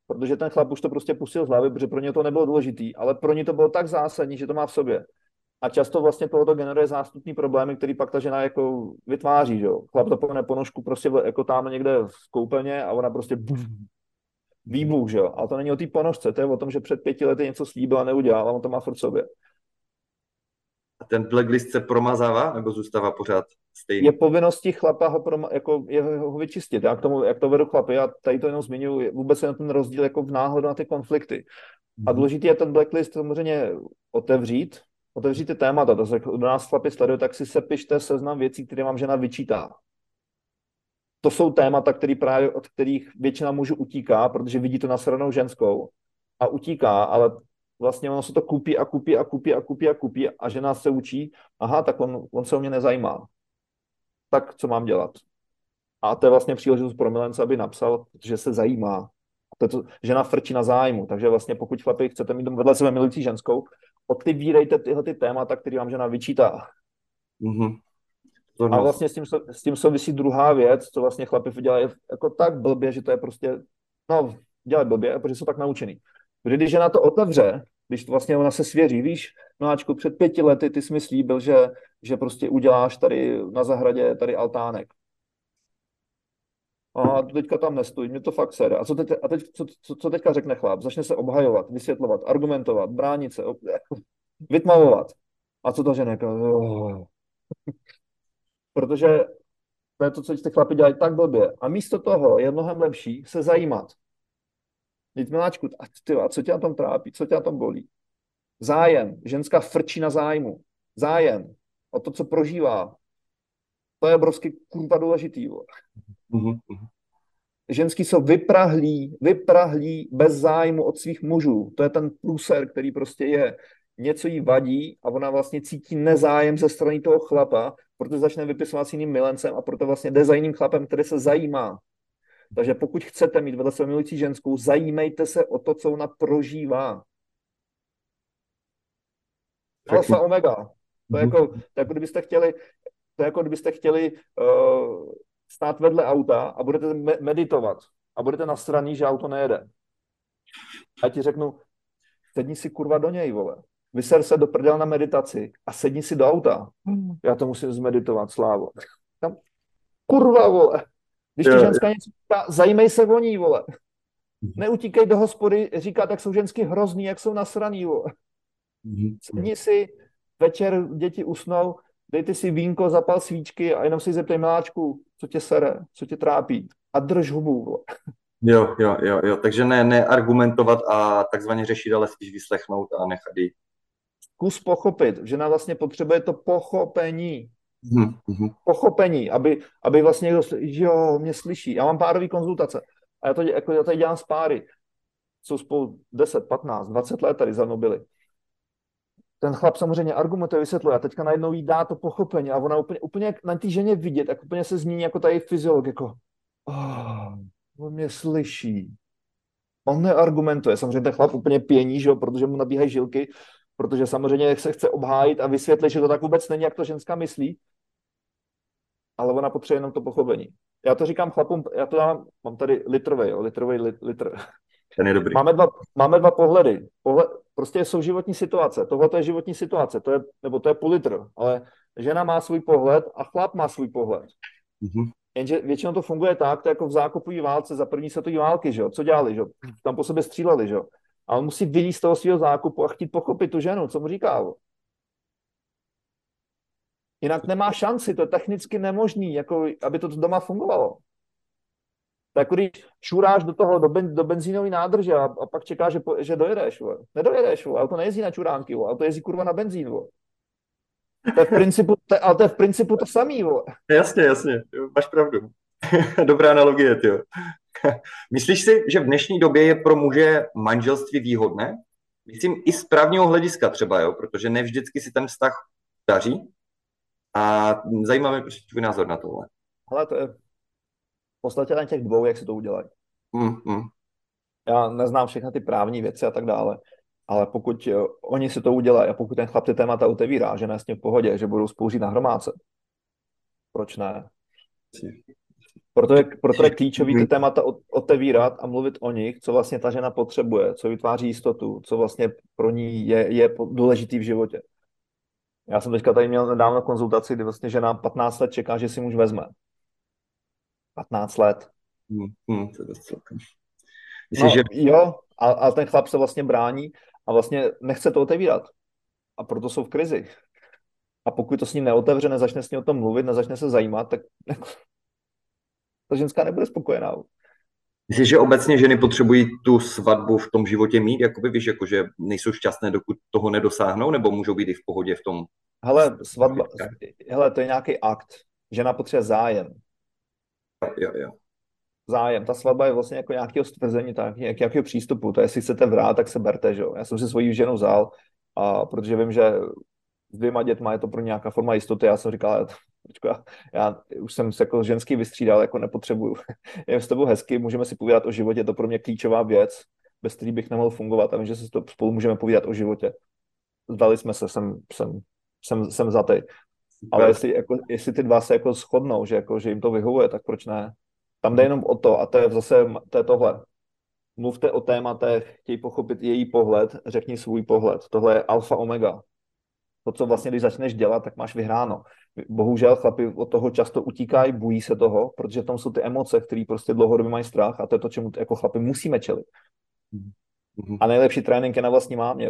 protože ten chlap už to prostě pustil z hlavy, protože pro ně to nebylo důležitý, ale pro ně to bylo tak zásadní, že to má v sobě. A často vlastně tohoto generuje zástupný problémy, který pak ta žena jako vytváří, že jo. Chlap zapomene ponožku prostě jako tam někde v koupelně a ona prostě výbuch, že jo. Ale to není o té ponožce, to je o tom, že před 5 lety něco slíbil a neudělal a on to má furt v sobě. A ten blacklist se promazává nebo zůstává pořád stejný? Je povinností chlapa jako ho vyčistit. Já k tomu, jak to vedu chlapy, já tady to jenom zmiňuji, vůbec je na ten rozdíl jako v náhledu na ty konflikty. A důležitý je ten blacklist samozřejmě otevřít ty témata. To se do nás chlapi sledují, tak si sepište seznam věcí, které vám žena vyčítá. To jsou témata, které právě od kterých většina mužů utíká, protože vidí to nasranou ženskou a utíká, ale vlastně ono se to kupí a žena se učí, aha, tak on se o mě nezajímá. Tak co mám dělat? A to je vlastně příležitost pro milence, aby napsal, protože se zajímá. Žena frčí na zájmu, takže vlastně pokud chlapi chcete mít vedle sebe milující ženskou, otvírejte tyhle ty témata, které vám žena vyčítá. Mm-hmm. A vlastně s tím souvisí druhá věc, co vlastně chlapi dělají jako tak blbě, že to je prostě, no, dělají blbě, protože jsou tak naučený. Když žena to otevře, když vlastně ona se svěří, víš, miláčku, před 5 lety ty jsi mi slíbil, že prostě uděláš tady na zahradě tady altánek. A teďka tam nestoj, mě to fakt sere. A co teďka řekne chlap? Začne se obhajovat, vysvětlovat, argumentovat, bránit se, vytmavovat. A co ta žena? Protože to je to, co ty chlapi dělají tak blbě. A místo toho je mnohem lepší se zajímat. Teď miláčku, a co tě na tom trápí? Co tě na tom bolí? Zájem. Ženská frčí na zájmu. Zájem. O to, co prožívá. To je obrovsky kurva důležitý. Mm-hmm. Ženský jsou vyprahlí bez zájmu od svých mužů. To je ten průser, který prostě je. Něco jí vadí a ona vlastně cítí nezájem ze strany toho chlapa, proto začne vypisovat s jiným milencem a proto vlastně jde za jiným chlapem, který se zajímá. Takže pokud chcete mít vedle sebe milující ženskou, zajímejte se o to, co ona prožívá. Alfa omega. To je jako kdybyste chtěli stát vedle auta a budete meditovat a budete nasraný, že auto nejede. A ti řeknu, sedni si kurva do něj, vole. Vyser se do prdel na meditaci a sedni si do auta. Já to musím zmeditovat, Slávo. Tam, kurva, vole. Když ti ženská něco říká, zajímej se o ní, vole. Neutíkej do hospody, říká, tak jsou žensky hrozný, jak jsou nasraný, vole. Sedni si, večer děti usnou, dejte si vínko, zapal svíčky a jenom si zeptej miláčku, co tě sere, co tě trápí. A drž hubu, vole. Jo. Takže ne argumentovat a takzvaně řešit, ale spíš vyslechnout a nechat jí. Zkus pochopit. Žena vlastně potřebuje to pochopení. Mm-hmm. Pochopení, aby vlastně jo, mě slyší. Já mám párový konzultace. A já tady dělám s páry. Jsou spolu 10, 15, 20 let tady za mnou byli. Ten chlap samozřejmě argumentuje, vysvětluje a teďka najednou jí dá to pochopení a ona úplně na té ženě vidět, tak úplně se změní jako tady fyziolog, jako on mě slyší. On neargumentuje. Samozřejmě ten chlap úplně pění, že jo, protože mu nabíhají žilky, protože samozřejmě se chce obhájit a vysvětlit, že to tak vůbec není, jak to ženská myslí, ale ona potřebuje jenom to pochopení. Já to říkám chlapům, mám tady litrový litr. Ten je dobrý. Máme dva pohledy. Prostě jsou životní situace. Tohle to je životní situace, to je půl litr, ale žena má svůj pohled a chlap má svůj pohled. Mm-hmm. Jenže většinou to funguje tak, to je jako v zákopové válce za první světové války, že jo? Co dělali, že jo? Tam po sobě stříleli, že jo? A on musí vylízt z toho svého zákupu a chtít pochopit tu ženu, co mu říká. Jinak nemá šanci, to je technicky nemožný, jako aby to doma fungovalo. Tak jako když čuráš do benzínové nádrže a pak čekáš, že dojedeš, vole. Nedojedeš, vole. Auto nejezdí na čuránky, vole. Auto jezdí kurva na benzín, vole. To je v principu to samý, vole. Jasně, máš pravdu. Dobrá analogie, tyjo. Myslíš si, že v dnešní době je pro muže manželství výhodné? Myslím i z právního hlediska třeba, jo, protože ne vždycky si ten vztah daří. A zajímá mě prostě tvůj názor na tohle. Ale to je v podstatě na těch dvou, jak si to udělají. Já neznám všechny ty právní věci a tak dále, ale pokud oni si to udělají a pokud ten chlap ty témata otevírá, že ne s tím v pohodě, že budou spoužít na hromádce, proč ne? Proto je klíčový ty témata otevírat a mluvit o nich, co vlastně ta žena potřebuje, co vytváří jistotu, co vlastně pro ní je důležitý v životě. Já jsem teďka tady měl nedávno konzultaci, kdy vlastně žena 15 let čeká, že si muž vezme. 15 let. To je dost celkem. Myslíš, No že... jo, a ten chlap se vlastně brání a vlastně nechce to otevírat. A proto jsou v krizi. A pokud to s ním neotevře, nezačne s ním o tom mluvit, nezačne se zajímat, tak ta ženská nebude spokojená. Myslíš, že obecně ženy potřebují tu svatbu v tom životě mít, jakoby víš, jako že nejsou šťastné, dokud toho nedosáhnou, nebo můžou být i v pohodě v tom? Hele, svatba, hele, to je nějaký akt. Žena potřebuje zájem. Jo. Zájem. Ta svatba je vlastně jako nějakého stvrzení, nějakého přístupu. To je, jestli chcete vrát, tak se berte, že jo. Já jsem si svoji ženu vzal, protože vím, že s 2 dětma je to pro nějaká forma jistoty. Já jsem říkal, já už jsem se jako ženský vystřídal, jako nepotřebuju. Je s tebou hezky, můžeme si povídat o životě, je to pro mě klíčová věc, bez který bych nemohl fungovat. A vím, že se spolu můžeme povídat o životě. Zdali jsme se, jsem za ty. Ale jestli ty dva se jako shodnou, že jim to vyhovuje, tak proč ne? Tam jde jenom o to, a to je zase to je tohle. Mluvte o tématech, chtějí pochopit její pohled, řekni svůj pohled. Tohle je alfa omega. To, co vlastně, když začneš dělat, tak máš vyhráno. Bohužel chlapi od toho často utíkají, bojí se toho, protože tam jsou ty emoce, které prostě dlouhodobě mají strach a to je to, čemu jako chlapi musíme čelit. A nejlepší trénink je na vlastní mámě.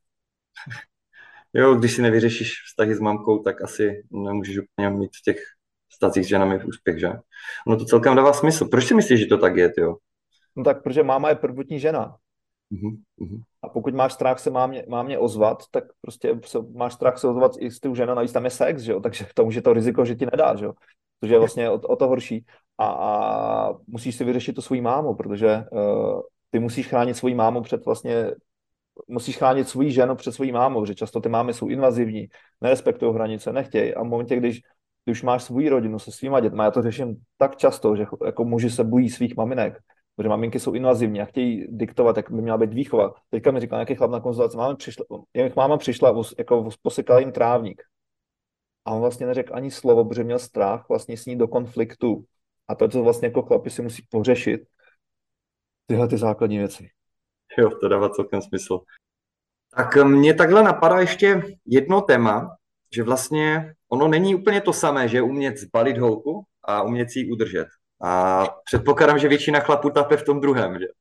Jo, když si nevyřešíš vztahy s mamkou, tak asi nemůžeš úplně mít v těch vztazích s ženami v úspěch, že? No to celkem dává smysl. Proč si myslíš, že to tak je, jo? No tak, protože máma je prvotní žena. A pokud máš strach se mámě ozvat, tak prostě máš strach se ozvat i s tou ženou, navíc tam je sex, že jo? Takže to už je to riziko, že ti nedá, že jo? Což je vlastně o to horší. A musíš si vyřešit to svojí mámu, protože ty musíš chránit svoji mámu musíš chránit svoji ženu před svojí mámou, protože často ty mámy jsou invazivní, nerespektují hranice, nechtějí. A v momentě, když už máš svou rodinu se svýma dětma, já to řeším tak často, že jako muži se bojí svých maminek, protože maminky jsou invazivní a chtějí diktovat, jak by měla být výchova. Teďka mi říkal nějaký chlap na konzultaci, máma přišla, jako posekala jim trávník. A on vlastně neřekl ani slovo, protože měl strach vlastně s ní do konfliktu. A to, co vlastně jako chlapi si musí pořešit, tyhle ty základní věci. Jo, to dává celkem smysl. Tak mě takhle napadá ještě jedno téma, že vlastně ono není úplně to samé, že umět zbalit holku a umět si ji udržet. A předpokládám, že většina chlapů tape v tom druhém, že?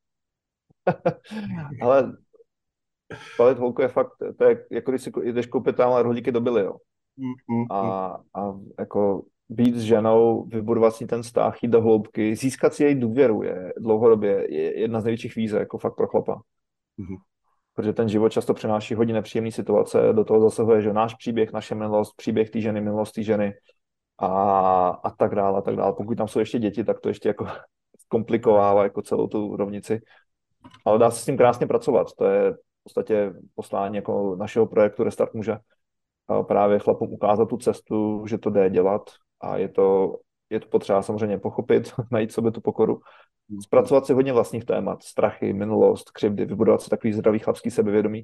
Ale zbalit holku je fakt, to je jako když si jdeš koupit tamhle rohlíky do Billy, jo. A jako být s ženou, vybudovat si ten vztah, jít do hloubky, získat si její důvěru je dlouhodobě jedna z největších výzev, jako fakt pro chlapa. Protože ten život často přináší hodně nepříjemné situace, do toho zasahuje, že náš příběh, naše minulost, příběh té ženy, minulost té ženy a tak dále, a tak dále. Pokud tam jsou ještě děti, tak to ještě jako komplikovává jako celou tu rovnici. Ale dá se s tím krásně pracovat. To je v podstatě poslání jako našeho projektu Restart muže. A právě chlapům ukázat tu cestu, že to jde dělat a je to potřeba samozřejmě pochopit, najít sobě tu pokoru, zpracovat si hodně vlastních témat, strachy, minulost, křivdy, vybudovat si takový zdravý chlapský sebevědomí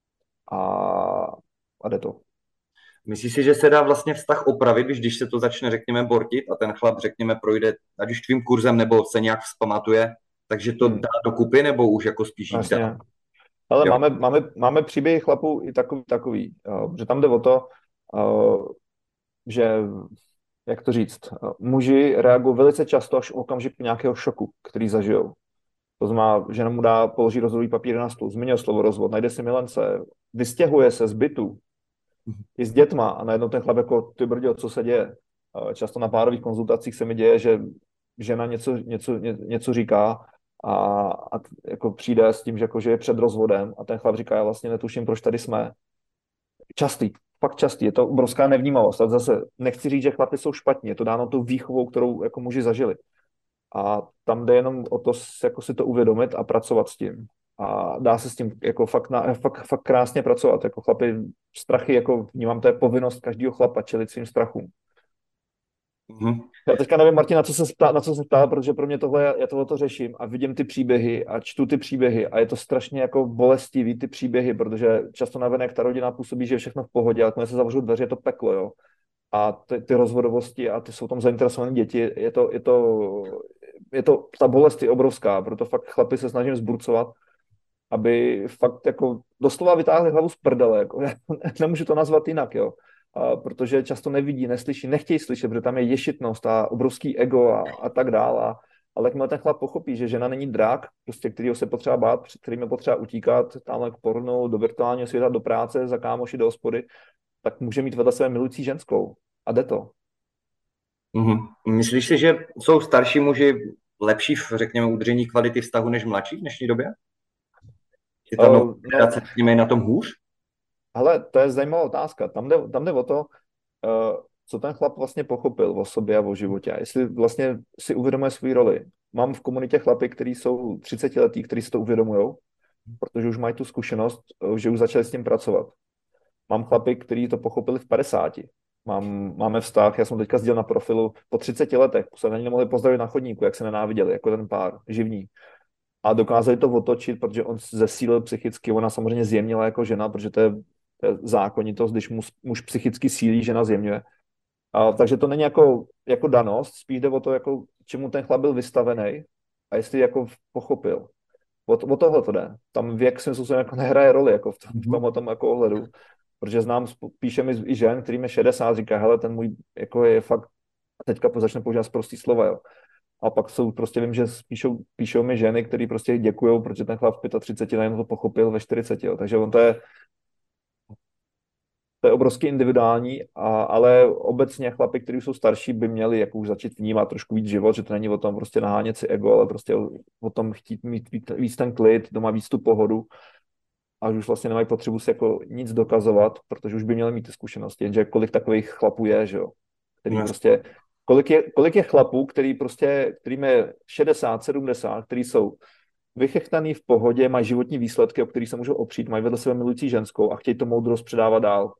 a jde to. Myslíš si, že se dá vlastně vztah opravit, když se to začne, řekněme, bortit a ten chlap, řekněme, projde ať už tvým kurzem nebo se nějak vzpamatuje, takže to dá dokupy nebo už jako spíš jít dál? Ale máme příběhy chlapů i takový, že tam jde o to, že, jak to říct, muži reagují velice často až v okamžiku nějakého šoku, který zažijou. To znamená, že mu položí rozhodový papír na stůl, zmiňuje slovo rozvod, najde si milence, vystěhuje se z bytu, i s dětma a najednou ten chlap jako, ty brďo, co se děje? Často na párových konzultacích se mi děje, že žena něco říká a jako přijde s tím, že, jako, že je před rozvodem a ten chlap říká, já vlastně netuším, proč tady jsme. Fakt častý, je to obrovská nevnímavost. A zase nechci říct, že chlapi jsou špatní, je to dáno tou výchovou, kterou jako muži zažili. A tam jde jenom o to, jako si to uvědomit a pracovat s tím. A dá se s tím jako fakt krásně pracovat. Jako chlapi, strachy, jako vnímám, to je povinnost každého chlapa čelit svým strachům. Já teďka nevím, Martin, na co se ptá, protože pro mě tohle, já tohle to řeším a vidím ty příběhy a čtu ty příběhy a je to strašně jako bolestivý ty příběhy, protože často navenek ta rodina působí, že je všechno v pohodě, ale když se zavřou dveře, je to peklo, jo. a ty rozvodovosti a ty jsou tam zainteresované děti, je to ta bolest je obrovská, proto fakt chlapi se snažím zburcovat, aby fakt jako doslova vytáhli hlavu z prdele, jako, nemůžu to nazvat jinak, jo. Protože často nevidí, neslyší, nechtějí slyšet, protože tam je ješitnost a obrovský ego a tak dál. Ale jakmile ten chlap pochopí, že žena není drak, prostě kterýho se potřeba bát, před kterým je potřeba utíkat, tamhle k pornu, do virtuálního světa, do práce, za kámoši, do hospody, tak může mít vedle sebe milující ženskou. A jde to. Myslíš si, že jsou starší muži lepší v, řekněme, udržení kvality vztahu než mladší v dnešní době? Je ta nová No, generace, řekněme, na tom hůř? hele, to je zajímavá otázka. Tam jde o to, co ten chlap vlastně pochopil o sobě a o životě. A jestli vlastně si uvědomuje svou roli. Mám v komunitě chlapy, kteří jsou 30letí, kteří si to uvědomují, protože už mají tu zkušenost, že už začali s tím pracovat. Mám chlapy, kteří to pochopili v 50. Máme vztah, já jsem teďka sdělil na profilu, po 30 letech se na ně nemohli pozdravit na chodníku, jak se nenáviděli, jako ten pár, živní. A dokázali to otočit, protože on zesílil psychicky, ona samozřejmě zjemnila jako žena, protože to je zákonitost, když muž psychicky sílí, žena zjemňuje. Takže to není jako danost, spíš jde o to, jako, čemu ten chlap byl vystavený a jestli jako pochopil. O tohle to jde. Tam věk svým způsobem jako nehraje roli jako v tom jako ohledu. Protože píše mi i žen, kterým je 60, říká, hele, ten můj jako je fakt, a teďka začne používat prostý slova, jo. A pak vím, že píšou mi ženy, které prostě děkujou, protože ten chlap v 35 najednou to pochopil ve 40, jo. Takže to je obrovsky individuální, ale obecně chlapi, kteří jsou starší, by měli jako už začít vnímat trošku víc život, že to není o tom prostě nahánět si ego, ale prostě o tom chtít mít víc ten klid, doma víc tu pohodu, a už vlastně nemají potřebu si jako nic dokazovat, protože už by měli mít ty zkušenosti, jenže kolik takových chlapů je, že jo, který prostě, kolik je chlapů, kterým je 60, 70, který jsou vychechtaný v pohodě, mají životní výsledky, o kterých se můžou opřít, mají vedle sebe milující ženskou a chtějí to moudrost předávat dál.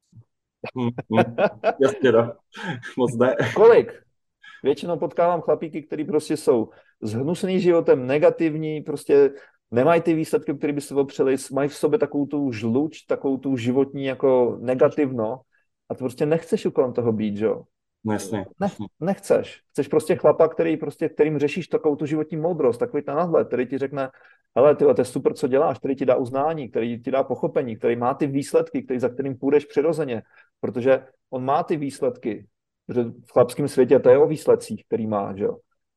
Jasně, no. Moc ne. Kolik? Většinou potkávám chlapíky, kteří prostě jsou zhnusení životem, negativní, prostě nemají ty výsledky, které by se opřeli, mají v sobě takovou tu žluč, takovou tu životní jako negativno a to prostě nechceš kolem toho být, že jo? Jasně. Nechceš. Chceš prostě chlapa, kterým řešíš takovou tu životní moudrost, takový ten nadhled, který ti řekne, hele, tyhle, to je super, co děláš, který ti dá uznání, který ti dá pochopení, který má ty výsledky, za kterým půjdeš přirozeně, protože on má ty výsledky, protože v chlapském světě to je o výsledcích, který má, že jo.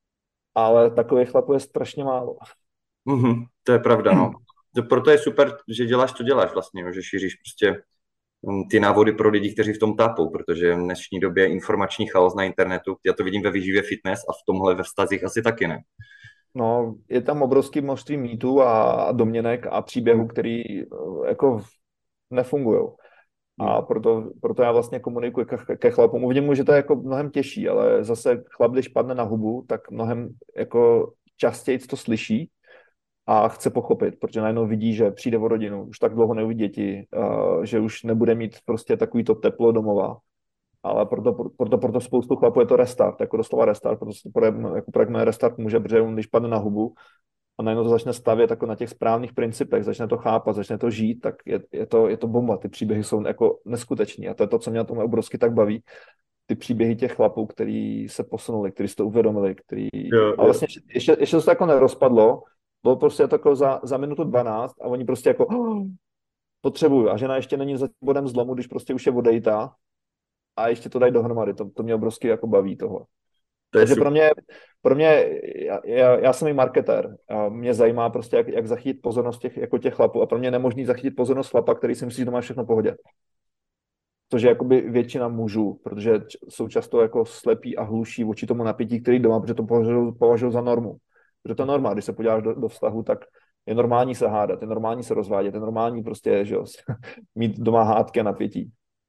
Ale takových chlapů je strašně málo. To je pravda, no. Proto je super, že děláš, co děláš vlastně, jo, že šíříš prostě ty návody pro lidi, kteří v tom tápou, protože v dnešní době je informační chaos na internetu. Já to vidím ve výživě fitness a v tomhle ve vztazích asi taky ne. No, je tam obrovský množství mýtů a domněnek a příběhů, který jako nefungují. A proto já vlastně komunikuji ke chlapům. Uvidím, že to je jako mnohem těžší, ale zase chlap, když padne na hubu, tak mnohem jako častěji to slyší a chce pochopit, protože najednou vidí, že přijde o rodinu, už tak dlouho neuvidí děti, že už nebude mít prostě takový to teplo domova. Ale proto spoustu chlapů je to restart, jako doslova restart, protože jako projekt restart může, protože on, když padne na hubu a najednou to začne stavět jako na těch správných principech, začne to chápat, začne to žít, tak je to bomba. Ty příběhy jsou jako neskutečný a to je to, co mě na tom obrovsky tak baví. Ty příběhy těch chlapů, který se posunuli, který si to uvědomili, a vlastně ještě se to jako nerozpadlo, bylo prostě jako za minutu 12 a oni prostě jako potřebuju. A žena ještě není za bodem zlomu, když prostě už je odejítá a ještě to dají dohromady. To mě obrovsky jako baví tohle. Takže pro mě já jsem i marketér. A mě zajímá prostě, jak zachytit pozornost těch chlapů. A pro mě je nemožný zachytit pozornost chlapa, který si myslí, že to má všechno v pohodě. Což je jakoby většina mužů, protože jsou často jako slepí a hluší vůči tomu napětí, který doma, protože to považují za normu. Protože to je norma, když se podíváš do vztahu, tak je normální se hádat, je normální se rozvádět, je normální prostě, že jo, mít doma hádky a napětí.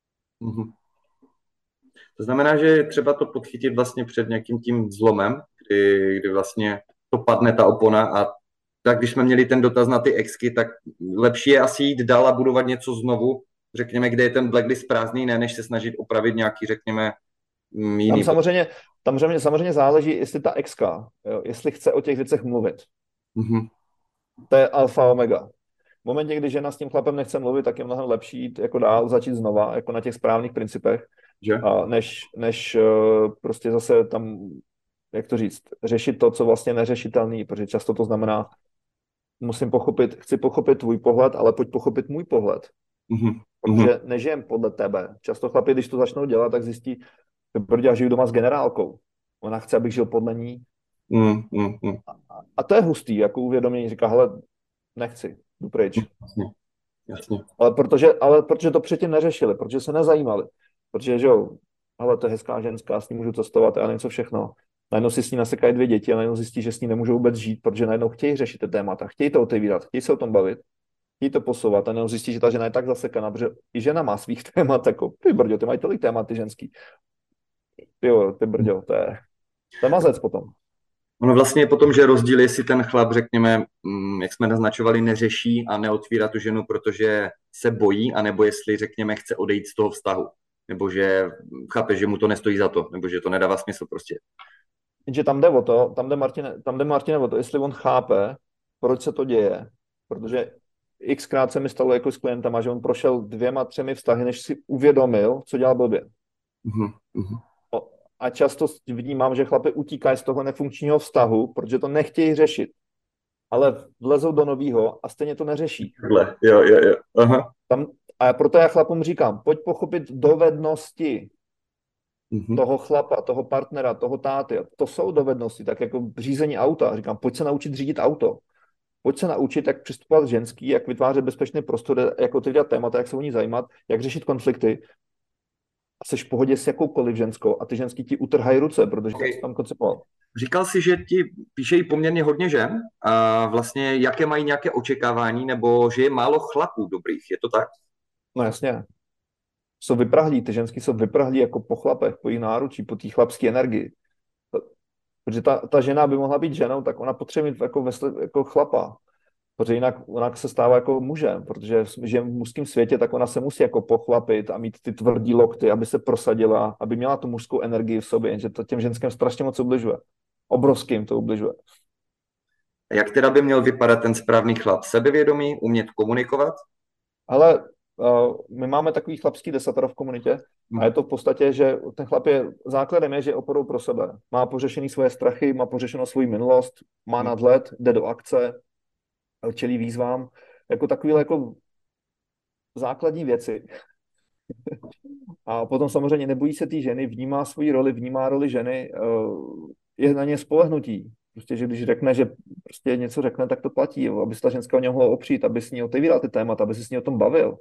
To znamená, že je třeba to podchytit vlastně před nějakým tím zlomem, kdy vlastně to padne ta opona a tak když jsme měli ten dotaz na ty exky, tak lepší je asi jít dál a budovat něco znovu, řekněme, kde je ten blacklist prázdný, ne, než se snažit opravit nějaký, řekněme, jiný... Tam samozřejmě záleží, jestli ta exka, jo, jestli chce o těch věcech mluvit. To je alfa omega. V momentě, kdy žena s tím chlapem nechce mluvit, tak je mnohem lepší jít jako dál, začít znova, jako na těch správných principech. Že? než prostě zase tam, jak to říct, řešit to, co vlastně neřešitelný, protože často to znamená, chci pochopit tvůj pohled, ale pojď pochopit můj pohled, Mhm. Mhm. protože nežijem podle tebe. Často chlapi, když to začnou dělat, tak zjistí, že já žiju doma s generálkou. Ona chce, abych žil podle ní. Mhm. Mhm. A to je hustý, jako uvědomění. Říká, hele, nechci, jdu pryč. Jasně, jasně. Ale protože to předtím neřešili, protože se nezajímali. Protože, že jo, ale to je hezká ženská, s ní můžu cestovat, já nevím co všechno. Najednou si s ní nasekají 2 děti a najednou zjistí, že s ní nemůžou vůbec žít, protože najednou chtějí řešit ty témata, chtějí to otevírat, chtějí se o tom bavit, chtějí to posouvat a najednou zjistí, že ta žena je tak zasekaná, protože i žena má svých témat, jako ty brďo, ty mají tolik témat, ty ženský. Jo, ty brďo, to je mazec potom. Ono vlastně je potom, že rozdíl, jestli ten chlap, řekněme, jak jsme naznačovali, neřeší a neotvírá tu ženu, protože se bojí, anebo jestli, řekněme, chce odejít z toho vztahu. Nebo že chápe, že mu to nestojí za to, nebo že to nedává smysl prostě. Jenže tam jde o to, tam jde Martine o to, jestli on chápe, proč se to děje. Protože xkrát se mi stalo jako s klientama, že on prošel 2, 3 vztahy, než si uvědomil, co dělal blbě. Mhm. Mhm. A často vnímám, že chlapi utíkají z toho nefunkčního vztahu, protože to nechtějí řešit. Ale vlezou do nového a stejně to neřeší. Takhle, jo, jo, jo. Aha. A proto já chlapům říkám, pojď pochopit dovednosti Mhm. toho chlapa, toho partnera, toho táty. To jsou dovednosti, tak jako řízení auta. Říkám, pojď se naučit řídit auto. Pojď se naučit, jak přistupovat ženský, jak vytvářet bezpečný prostor, jak otevírat témata, jak se o ní zajímat, jak řešit konflikty. A seš v pohodě s jakoukoliv ženskou a ty ženský ti utrhají ruce, protože tak Okay. jsi tam koncepoval. Říkal jsi, že ti píšejí poměrně hodně žen a vlastně jaké mají nějaké očekávání, nebo že je málo chlapů dobrých, je to tak? No jasně. Jsou vyprahlí, ty ženský jsou vyprahlí jako po chlapech, po jejich náručí, po té chlapské energii. Protože ta žena by mohla být ženou, tak ona potřebuje mít jako chlapa. Protože jinak se stává jako mužem, protože žije v mužském světě, tak ona se musí jako pochlapit a mít ty tvrdý lokty, aby se prosadila, aby měla tu mužskou energii v sobě, jenže to těm ženským strašně moc ubližuje. Obrovským to ubližuje. Jak teda by měl vypadat ten správný chlap? Sebevědomý, umět komunikovat? Ale my máme takový chlapský desatero v komunitě a je to v podstatě, že ten chlap základem je, že je oporou pro sebe. Má pořešený svoje strachy, má pořešenou svou minulost, má nadhled, jde do akce, čelí výzvám. Jako takový jako základní věci. A potom samozřejmě nebojí se té ženy, vnímá svoji roli, vnímá roli ženy, je na ně spolehnutí. Prostě, že když řekne, že prostě něco řekne, tak to platí, aby se ta ženská o něho mohla opřít, aby s ní otevíral ty témata, aby se s ní o tom bavil.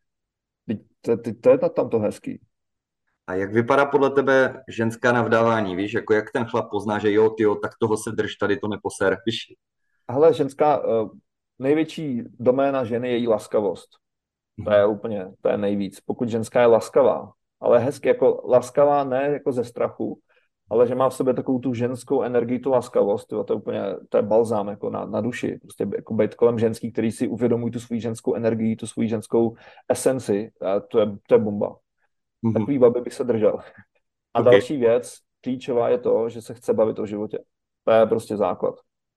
To je tam to hezký. A jak vypadá podle tebe ženská navdávání, víš, jako jak ten chlap pozná, že jo, tyjo, tak toho se drž, tady to neposer, víš? Hele, největší doména ženy je její laskavost. To je nejvíc. Pokud ženská je laskavá, ale hezky jako laskavá, ne jako ze strachu, ale že má v sobě takovou tu ženskou energii, tu laskavost, to je balzám jako na duši. Prostě jako být kolem ženský, který si uvědomují tu svou ženskou energii, tu svou ženskou esenci, a to je bomba. Takový babi bych se držel. A Okay. další věc, klíčová je to, že se chce bavit o životě. To je prostě základ.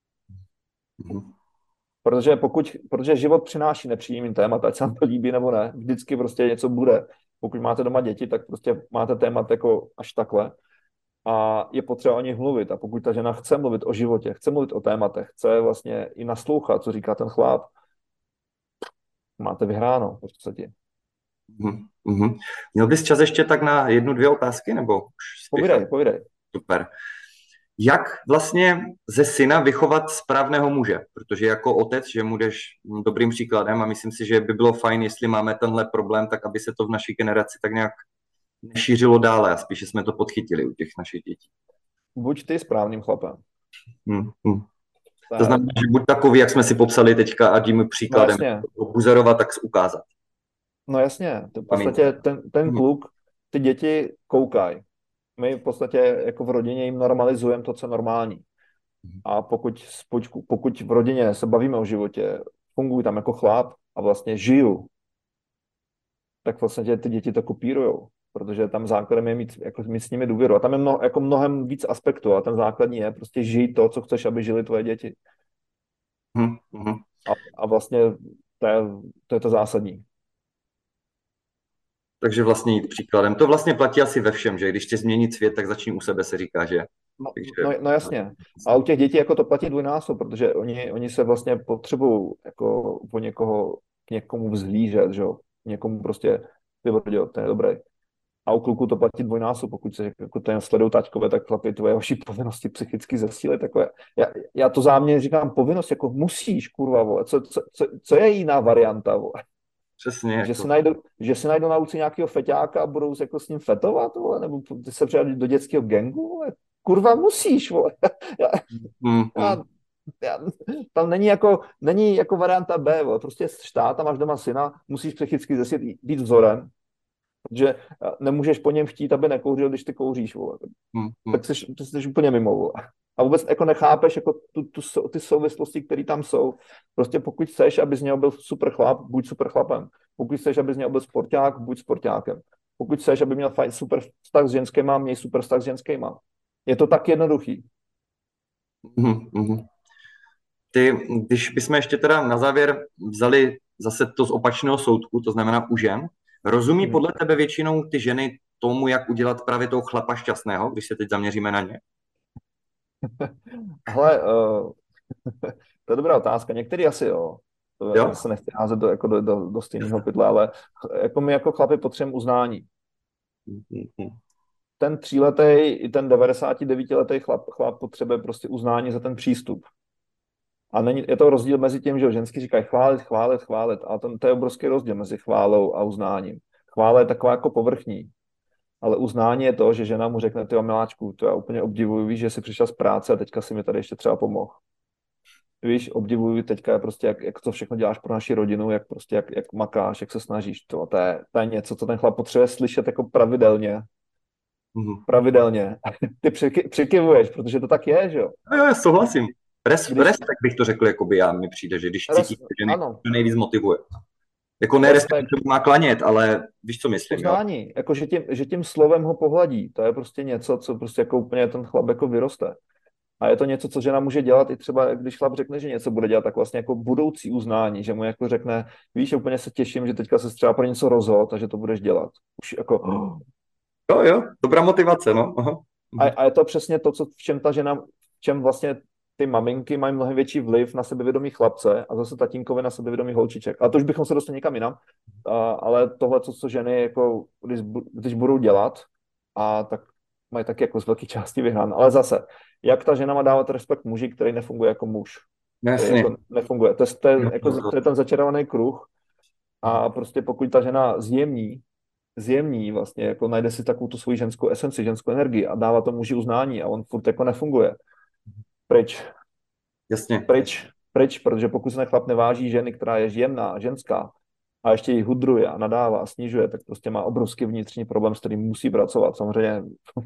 Protože život přináší nepříjemný témat, ať se vám to líbí nebo ne, vždycky prostě něco bude. Pokud máte doma děti, tak prostě máte témat jako až takhle a je potřeba o nich mluvit. A pokud ta žena chce mluvit o životě, chce mluvit o tématech, chce vlastně i naslouchat, co říká ten chlap, máte vyhráno v podstatě. Mm-hmm. Měl bys čas ještě tak na 1, 2 otázky, nebo už spěchat? Povídej. Super. Jak vlastně ze syna vychovat správného muže? Protože jako otec, že mu jdeš dobrým příkladem a myslím si, že by bylo fajn, jestli máme tenhle problém, tak aby se to v naší generaci tak nějak nešířilo dále a spíše jsme to podchytili u těch našich dětí. Buď ty správným chlapem. To znamená, že buď takový, jak jsme si popsali teďka a díme příkladem, buzerovat, tak ukázat. No jasně, v podstatě ten kluk, ty děti koukají. My v podstatě jako v rodině jim normalizujeme to, co je normální. A pokud v rodině se bavíme o životě, fungují tam jako chlap a vlastně žiju, tak vlastně ty děti to kopírujou, protože tam základem je mít s nimi důvěru. A tam je jako mnohem víc aspektů, a ten základní je prostě žij to, co chceš, aby žili tvoje děti. A vlastně to je to zásadní. Takže vlastně jít příkladem. To vlastně platí asi ve všem, že když chci změnit svět, tak začni u sebe, se říká, že? No, Takže no jasně. A u těch dětí jako to platí dvojnásob, protože oni se vlastně potřebují jako po někoho, k někomu vzhlížet, že jo. Někomu prostě, ty brdě, ten je dobrý. A u kluků to platí dvojnásob, pokud se jako ten sledují taťkové, tak chlapi, tvoje vaší povinnosti psychicky zesílit. Takové. Já to záměrně říkám povinnost, jako musíš, kurva, vole. Co je jiná varianta, vole? přesně Že jako. si najdu na ulici nějakého feťáka a budou jako s ním fetovat, vole? Nebo ty se přidat do dětského gangu, vole? Kurva, musíš, vole. Já, Mm, mm, já, já, tam není jako varianta B, vole. Prostě štát a máš doma syna, musíš psychicky zesílit, být vzorem, protože nemůžeš po něm chtít, aby nekouřil, když ty kouříš, vole. mm. Tak jsi úplně mimo, vole. A vůbec jako nechápeš jako ty souvislosti, které tam jsou. Prostě pokud chceš, aby z něho byl super chlap, buď super chlapem. Pokud chceš, aby z něho byl sporták, buď sportákem. Pokud chceš, aby měl super vztah s ženskýma, měj super vztah s ženskýma. Je to tak jednoduchý. Mhm, mhm. Když bychom ještě teda na závěr vzali zase to z opačného soudku, to znamená u žen, rozumí Mhm. podle tebe většinou ty ženy tomu, jak udělat právě toho chlapa šťastného, když se teď zaměříme na ně? Hele, to je dobrá otázka. Některý asi jo. To Jo? se nechci házet do stejného pytle, ale jako my jako chlapi potřebujeme uznání. Mhm, Ten 3letý i ten 99letý chlap potřebuje prostě uznání za ten přístup. A je to rozdíl mezi tím, že ženský říkají chválit, chválit, chválit. A to je obrovský rozdíl mezi chválou a uznáním. Chvála je taková jako povrchní, ale uznání je to, že žena mu řekne, ty miláčku, to já úplně obdivuju, víš, že jsi přišla z práce a teďka si mi tady ještě třeba pomohl. Víš, obdivuju teďka prostě, jak to všechno děláš pro naši rodinu, jak makáš, jak se snažíš. To je něco, co ten chlap potřebuje slyšet jako pravidelně. mhm. Pravidelně. Ty přikivuješ, protože to tak je, že jo? Jo, já souhlasím. Když, Respekt bych to řekl, jakoby já mi přijde, že když cítí, že ženy ano, to nejvíc motivuje. Jako ne respekt, respekt, že má klanět, ale víš, co myslím, jo? uznání, jako že tím slovem ho pohladí, to je prostě něco, co prostě jako úplně ten chlap jako vyroste. A je to něco, co žena může dělat i třeba, když chlap řekne, že něco bude dělat, tak vlastně jako budoucí uznání, že mu jako řekne, víš, úplně se těším, že teďka se třeba pro něco rozhod a že to budeš dělat. Už jako, Jo, jo, dobrá motivace, no. Aha. a je to přesně to, v čem vlastně ty maminky mají mnohem větší vliv na sebevědomí chlapce a zase tatínkovi na sebevědomí holčiček. A to už bychom se dostali někam jinam, ale tohle, co ženy, jako, když budou dělat, a tak mají taky jako z velké části vyhrán. Ale zase, jak ta žena má dávat respekt muži, který nefunguje jako muž. Který Jasně. jako nefunguje. To je ten začarovaný kruh. A prostě pokud ta žena zjemní vlastně, jako najde si takovou tu svoji ženskou esenci, ženskou energii a dává tomu muži uznání a on furt jako nefunguje. Pryč. Jasně. Pryč, protože pokud se ten chlap neváží ženy, která je jemná, ženská, a ještě ji hudruje a nadává a snižuje, tak prostě má obrovský vnitřní problém, s kterým musí pracovat. Samozřejmě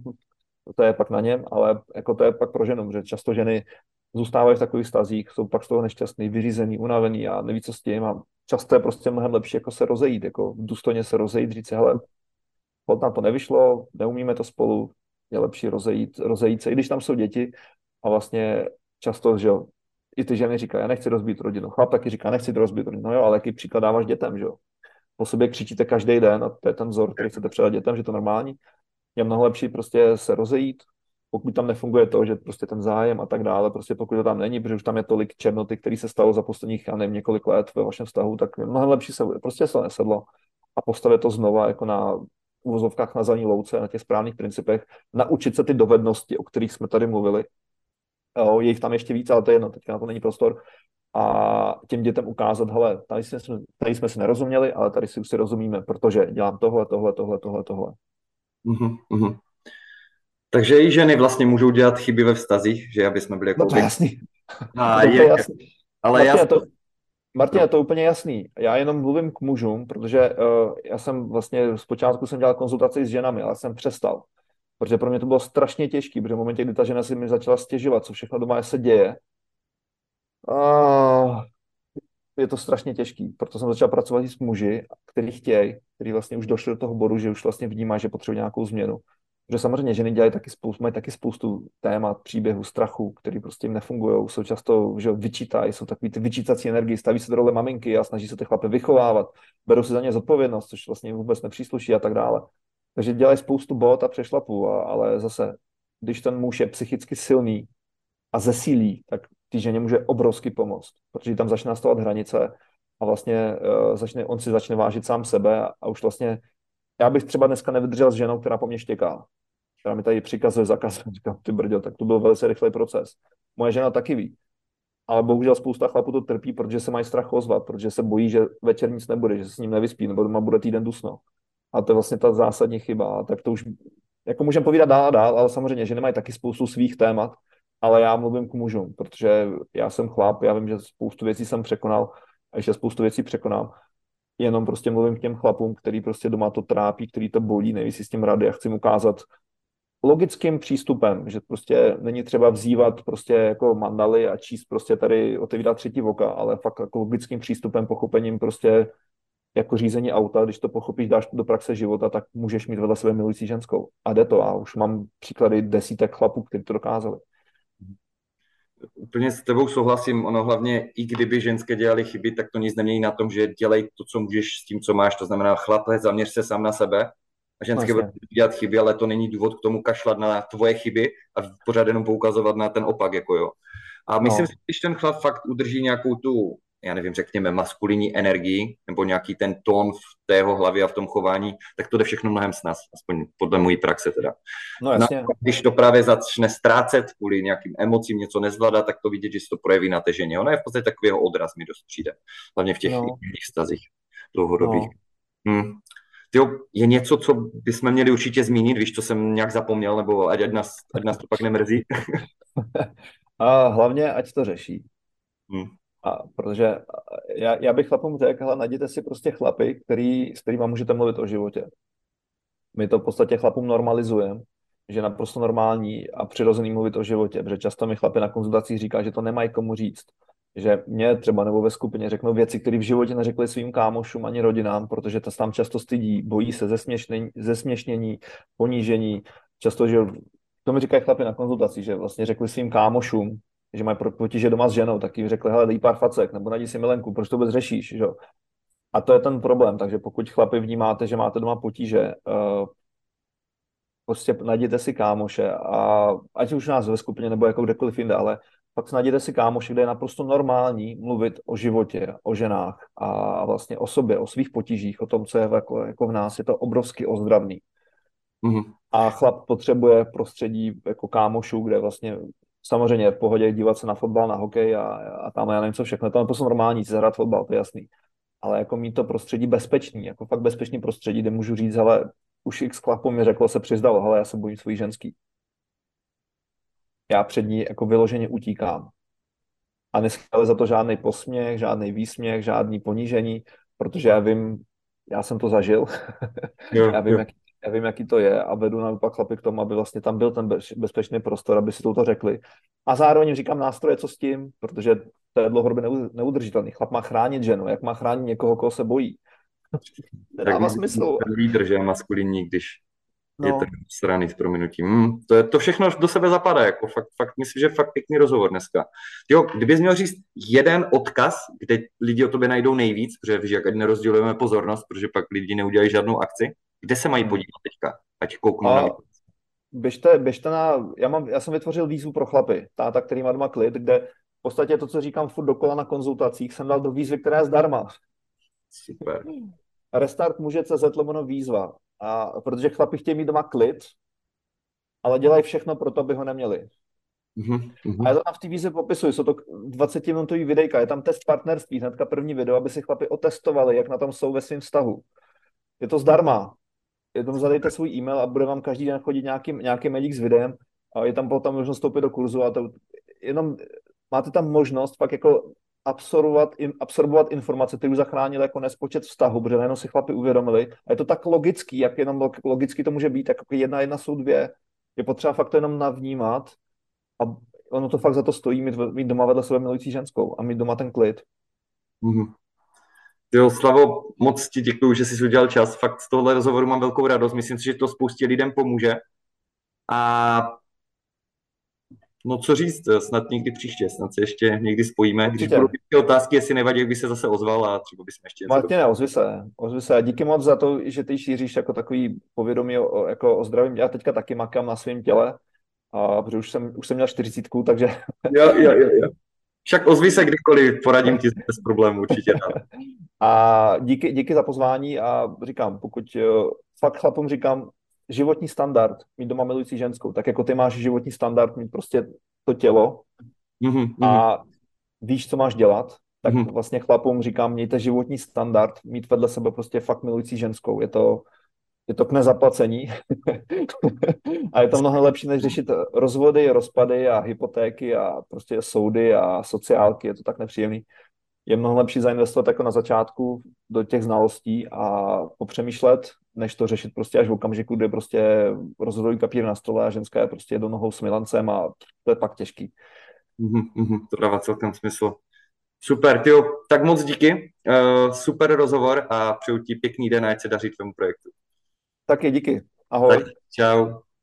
to je pak na něm, ale jako to je pak pro ženu, že často ženy zůstávají v takových stazích, jsou pak z toho nešťastný, vyřízený, unavený a neví, co s tím. A často je prostě mnohem lepší jako se rozejít, jako důstojně se rozejít, říct si, hele, hod nám to nevyšlo, neumíme to spolu, je lepší rozejít se, i když tam jsou děti a vlastně často, že jo, i ty ženy říkají, já nechci rozbít rodinu. Chlap taky říká, nechci rozbít rodinu. No jo, ale jaký příklad dáváš dětem, že jo? Po sobě křičíte každý den a to je ten vzor, který chcete předat dětem, že to je normální. Je mnoho lepší prostě se rozejít, pokud tam nefunguje to, že prostě ten zájem a tak dále, prostě pokud to tam není, protože už tam je tolik černoty, který se stalo za posledních, já nevím, několik let ve vašem vztahu, tak je mnohem lepší se prostě se nesedlo a postavit to znova jako na uvozovkách na zelený louce, na těch správných principech, naučit se ty dovednosti, o kterých jsme tady mluvili. Jo, je jich tam ještě víc, ale to je jedno, teďka na to není prostor. A těm dětem ukázat, hele, tady jsme si nerozuměli, ale tady si už si rozumíme, protože dělám tohle. Mhm, mhm. Takže i ženy vlastně můžou dělat chyby ve vztazích, že aby jsme byli No jako... to je jasný. A To je je, jasný. ale já... Martin, je to úplně jasný. Já jenom mluvím k mužům, protože já jsem vlastně zpočátku jsem dělal konzultaci s ženami, ale jsem přestal. Protože pro mě to bylo strašně těžké, protože v momentě, kdy ta žena si mi začala stěžovat, co všechno doma se děje, je to strašně těžký. Proto jsem začal pracovat i s muži, kteří vlastně už došli do toho bodu, že už vlastně vnímá, že potřebují nějakou změnu. Protože samozřejmě ženy dělají taky mají taky spoustu témat, příběhů, strachu, který prostě jim nefungují, jsou často, že jo, vyčítají, jsou takový ty vyčítací energie, staví se do role maminky a snaží se ty chlapy vychovávat, berou si za ně zodpovědnost, což vlastně jim vůbec nepřísluší a tak dále. Takže dělají spoustu bod a přešlapů, ale zase, když ten muž je psychicky silný a zesílí, tak té ženě může obrovsky pomoct, protože tam začne nastavovat hranice a vlastně on si začne vážit sám sebe a už vlastně já bych třeba dneska nevydržel s ženou, která po mně štěká, která mi tady přikazuje, zakazuje, říkám, ty brďo, tak to byl velice rychlý proces. Moje žena taky ví, ale bohužel spousta chlapů to trpí, protože se mají strach ozvat, protože se bojí, že večer nic nebude, že se s ním nevyspí, nebo doma bude týden dusno. A to je vlastně ta zásadní chyba. Tak to už, jako můžeme povídat dál a dál, ale samozřejmě ženy mají taky spoustu svých témat, ale já mluvím k mužům, protože já jsem chlap, já vím, že spoustu věcí jsem překonal a ještě spoustu věcí překonám. Jenom prostě mluvím k těm chlapům, který prostě doma to trápí, který to bolí, neví si s tím rady a chci mu ukázat logickým přístupem, že prostě není třeba vzývat prostě jako mandaly a číst prostě tady otevírat třetí voka, ale fakt jako logickým přístupem, pochopením prostě jako řízení auta, když to pochopíš, dáš to do praxe života, tak můžeš mít vedle sebe milující ženskou. A jde to. A už mám příklady desítek chlapů, kteří to dokázali. Úplně s tebou souhlasím, ono hlavně, i kdyby ženské dělali chyby, tak to nic nemění na tom, že dělej to, co můžeš s tím, co máš, to znamená chlape, zaměř se sám na sebe a No ženské budou jasně. dělat chyby, ale to není důvod k tomu kašlat na tvoje chyby a pořád jenom poukazovat na ten opak, jako jo. A myslím si, No, když ten chlap fakt udrží nějakou tu, já nevím, řekněme, maskulinní energii nebo nějaký ten tón v té jeho hlavě a v tom chování, tak to jde všechno mnohem snáz, aspoň podle mojí praxe teda. no No, jasně. když to právě začne ztrácet kvůli nějakým emocím, něco nezvládá, tak to vidět, že se to projeví na té ženě. Ona je v podstatě takový jeho odraz, mi dost přijde. Hlavně v těch No, vztazích dlouhodobých. no. Tyjo, je něco, co bychom měli určitě zmínit, víš, co jsem nějak zapomněl, nebo ať nás to pak nemrzí. A hlavně, ať to řeší. Hmm. A protože já bych chlapům řekl, hele, najděte si prostě chlapy, s kterými můžete mluvit o životě. My to v podstatě chlapům normalizujeme, že je naprosto normální a přirozený mluvit o životě, protože často mi chlapi na konzultacích říká, že to nemají komu říct. Že mě třeba nebo ve skupině řeknou věci, které v životě neřekli svým kámošům ani rodinám, protože to se tam často stydí, bojí se zesměšnění, ponížení. Často, že to mi říkají chlapi na konzultaci, že vlastně řekli svým kámošům, že mají potíže doma s ženou, tak jim řekli, hele, dej pár facek, nebo najdi si milenku, proč to vůbec řešíš, že? A to je ten problém, takže pokud chlapi vnímáte, že máte doma potíže, prostě najděte si kámoše a ať už u nás ve skupině nebo jako kdekoliv jinde, ale pak najděte si kámoše, kde je naprosto normální mluvit o životě, o ženách a vlastně o sobě, o svých potížích, o tom, co je jako v nás. Je to obrovsky ozdravný. Mm-hmm. A chlap potřebuje prostředí jako kámošů, kde vlastně samozřejmě v pohodě dívat se na fotbal, na hokej a tam já nevím co všechno. To je prostě normální, si zahrát fotbal, to je jasný. Ale jako mít to prostředí bezpečný, jako fakt bezpečný prostředí, kde můžu říct, hele, už x chlapů mi řeklo, se přizdalo, hele, já se bojím svojí ženský. Já před ní jako vyloženě utíkám. A nestále za to žádný posměch, žádný výsměch, žádný ponížení, protože já vím, já jsem to zažil, Jo, jo. já vím, jaký to je a vedu naopak chlapy k tomu, aby vlastně tam byl ten bezpečný prostor, aby si to řekli. A zároveň jim říkám nástroje, co s tím, protože to je dlouhodobě neudržitelný. Chlap má chránit ženu, jak má chránit někoho, koho se bojí. Tak Nedává smysl. ten lídr, že je maskulinní, když je ten No, straný s prominutím. To všechno do sebe zapadá, jako fakt myslím, že fakt pěkný rozhovor dneska. Jo, kdybys měl říct jeden odkaz, kde lidi o tobě najdou nejvíc, protože víš, jak ať nerozdělujeme pozornost, protože pak lidi neudělají žádnou akci, kde se mají podívat teďka, ať kouknou na a mě. běžte já jsem vytvořil výzvu pro chlapy, táta, který má doma klid, kde v podstatě to, co říkám furt dokola na konzultacích, jsem dal do výzvy, která je zdarma. Super. Restart může.cz/výzva. A protože chlapi chtějí mít doma klid, ale dělají všechno pro to, aby ho neměli. A já to tam v té výzvě popisuju, jsou to 20-minutový videjka, je tam test partnerství, hnedka první video, aby si chlapi otestovali, jak na tom jsou ve svém vztahu. Je to zdarma. Jenom zadejte svůj e-mail a bude vám každý den chodit nějaký mailík s videem a je tam potom možnost vstoupit do kurzu a to jenom máte tam možnost fakt jako absorbovat informace, které už zachránily jako nespočet vztahu, protože najednou si chlapi uvědomili a je to tak logický, jak jenom logicky to může být, jako jedna jsou dvě. Je potřeba fakt to jenom navnímat a ono to fakt za to stojí mít doma vedle sebe milující ženskou a mít doma ten klid. Mm-hmm. Jo, Slavo, moc ti děkuju, že jsi udělal čas. Fakt z tohohle rozhovoru mám velkou radost. Myslím si, že to spoustě lidem pomůže. A no co říct, snad někdy příště, snad se ještě někdy spojíme. Když budou Určitě. nějaké otázky, jestli nevadí, jak by se zase ozval a třeba bychom ještě něco Martine, ozvi se, ozvi se. Díky moc za to, že ty šíříš jako takový povědomí jako o zdravím. Já teďka taky makám na svém těle, a protože už jsem měl 40, takže Jo. Však ozvi se kdykoliv, poradím ti bez problémů, určitě. a díky za pozvání a říkám, pokud fakt chlapům říkám, životní standard, mít doma milující ženskou, tak jako ty máš životní standard, mít prostě to tělo Mhm. a víš, co máš dělat, tak Mhm. vlastně chlapům říkám, mějte životní standard, mít vedle sebe prostě fakt milující ženskou. Je to k nezaplacení a je to mnohem lepší, než řešit rozvody, rozpady a hypotéky a prostě soudy a sociálky, je to tak nepříjemný. Je mnohem lepší zainvestovat jako na začátku do těch znalostí a popřemýšlet, než to řešit prostě až v okamžiku, kdy prostě rozhodový papír na stole a ženská je prostě do nohou s milancem a to je pak těžký. To dává celkem smysl. Super, tyjo, tak moc díky, super rozhovor a přeju ti pěkný den, ať se daří tvému projektu. Taky díky. Tak, Ahoj. čau.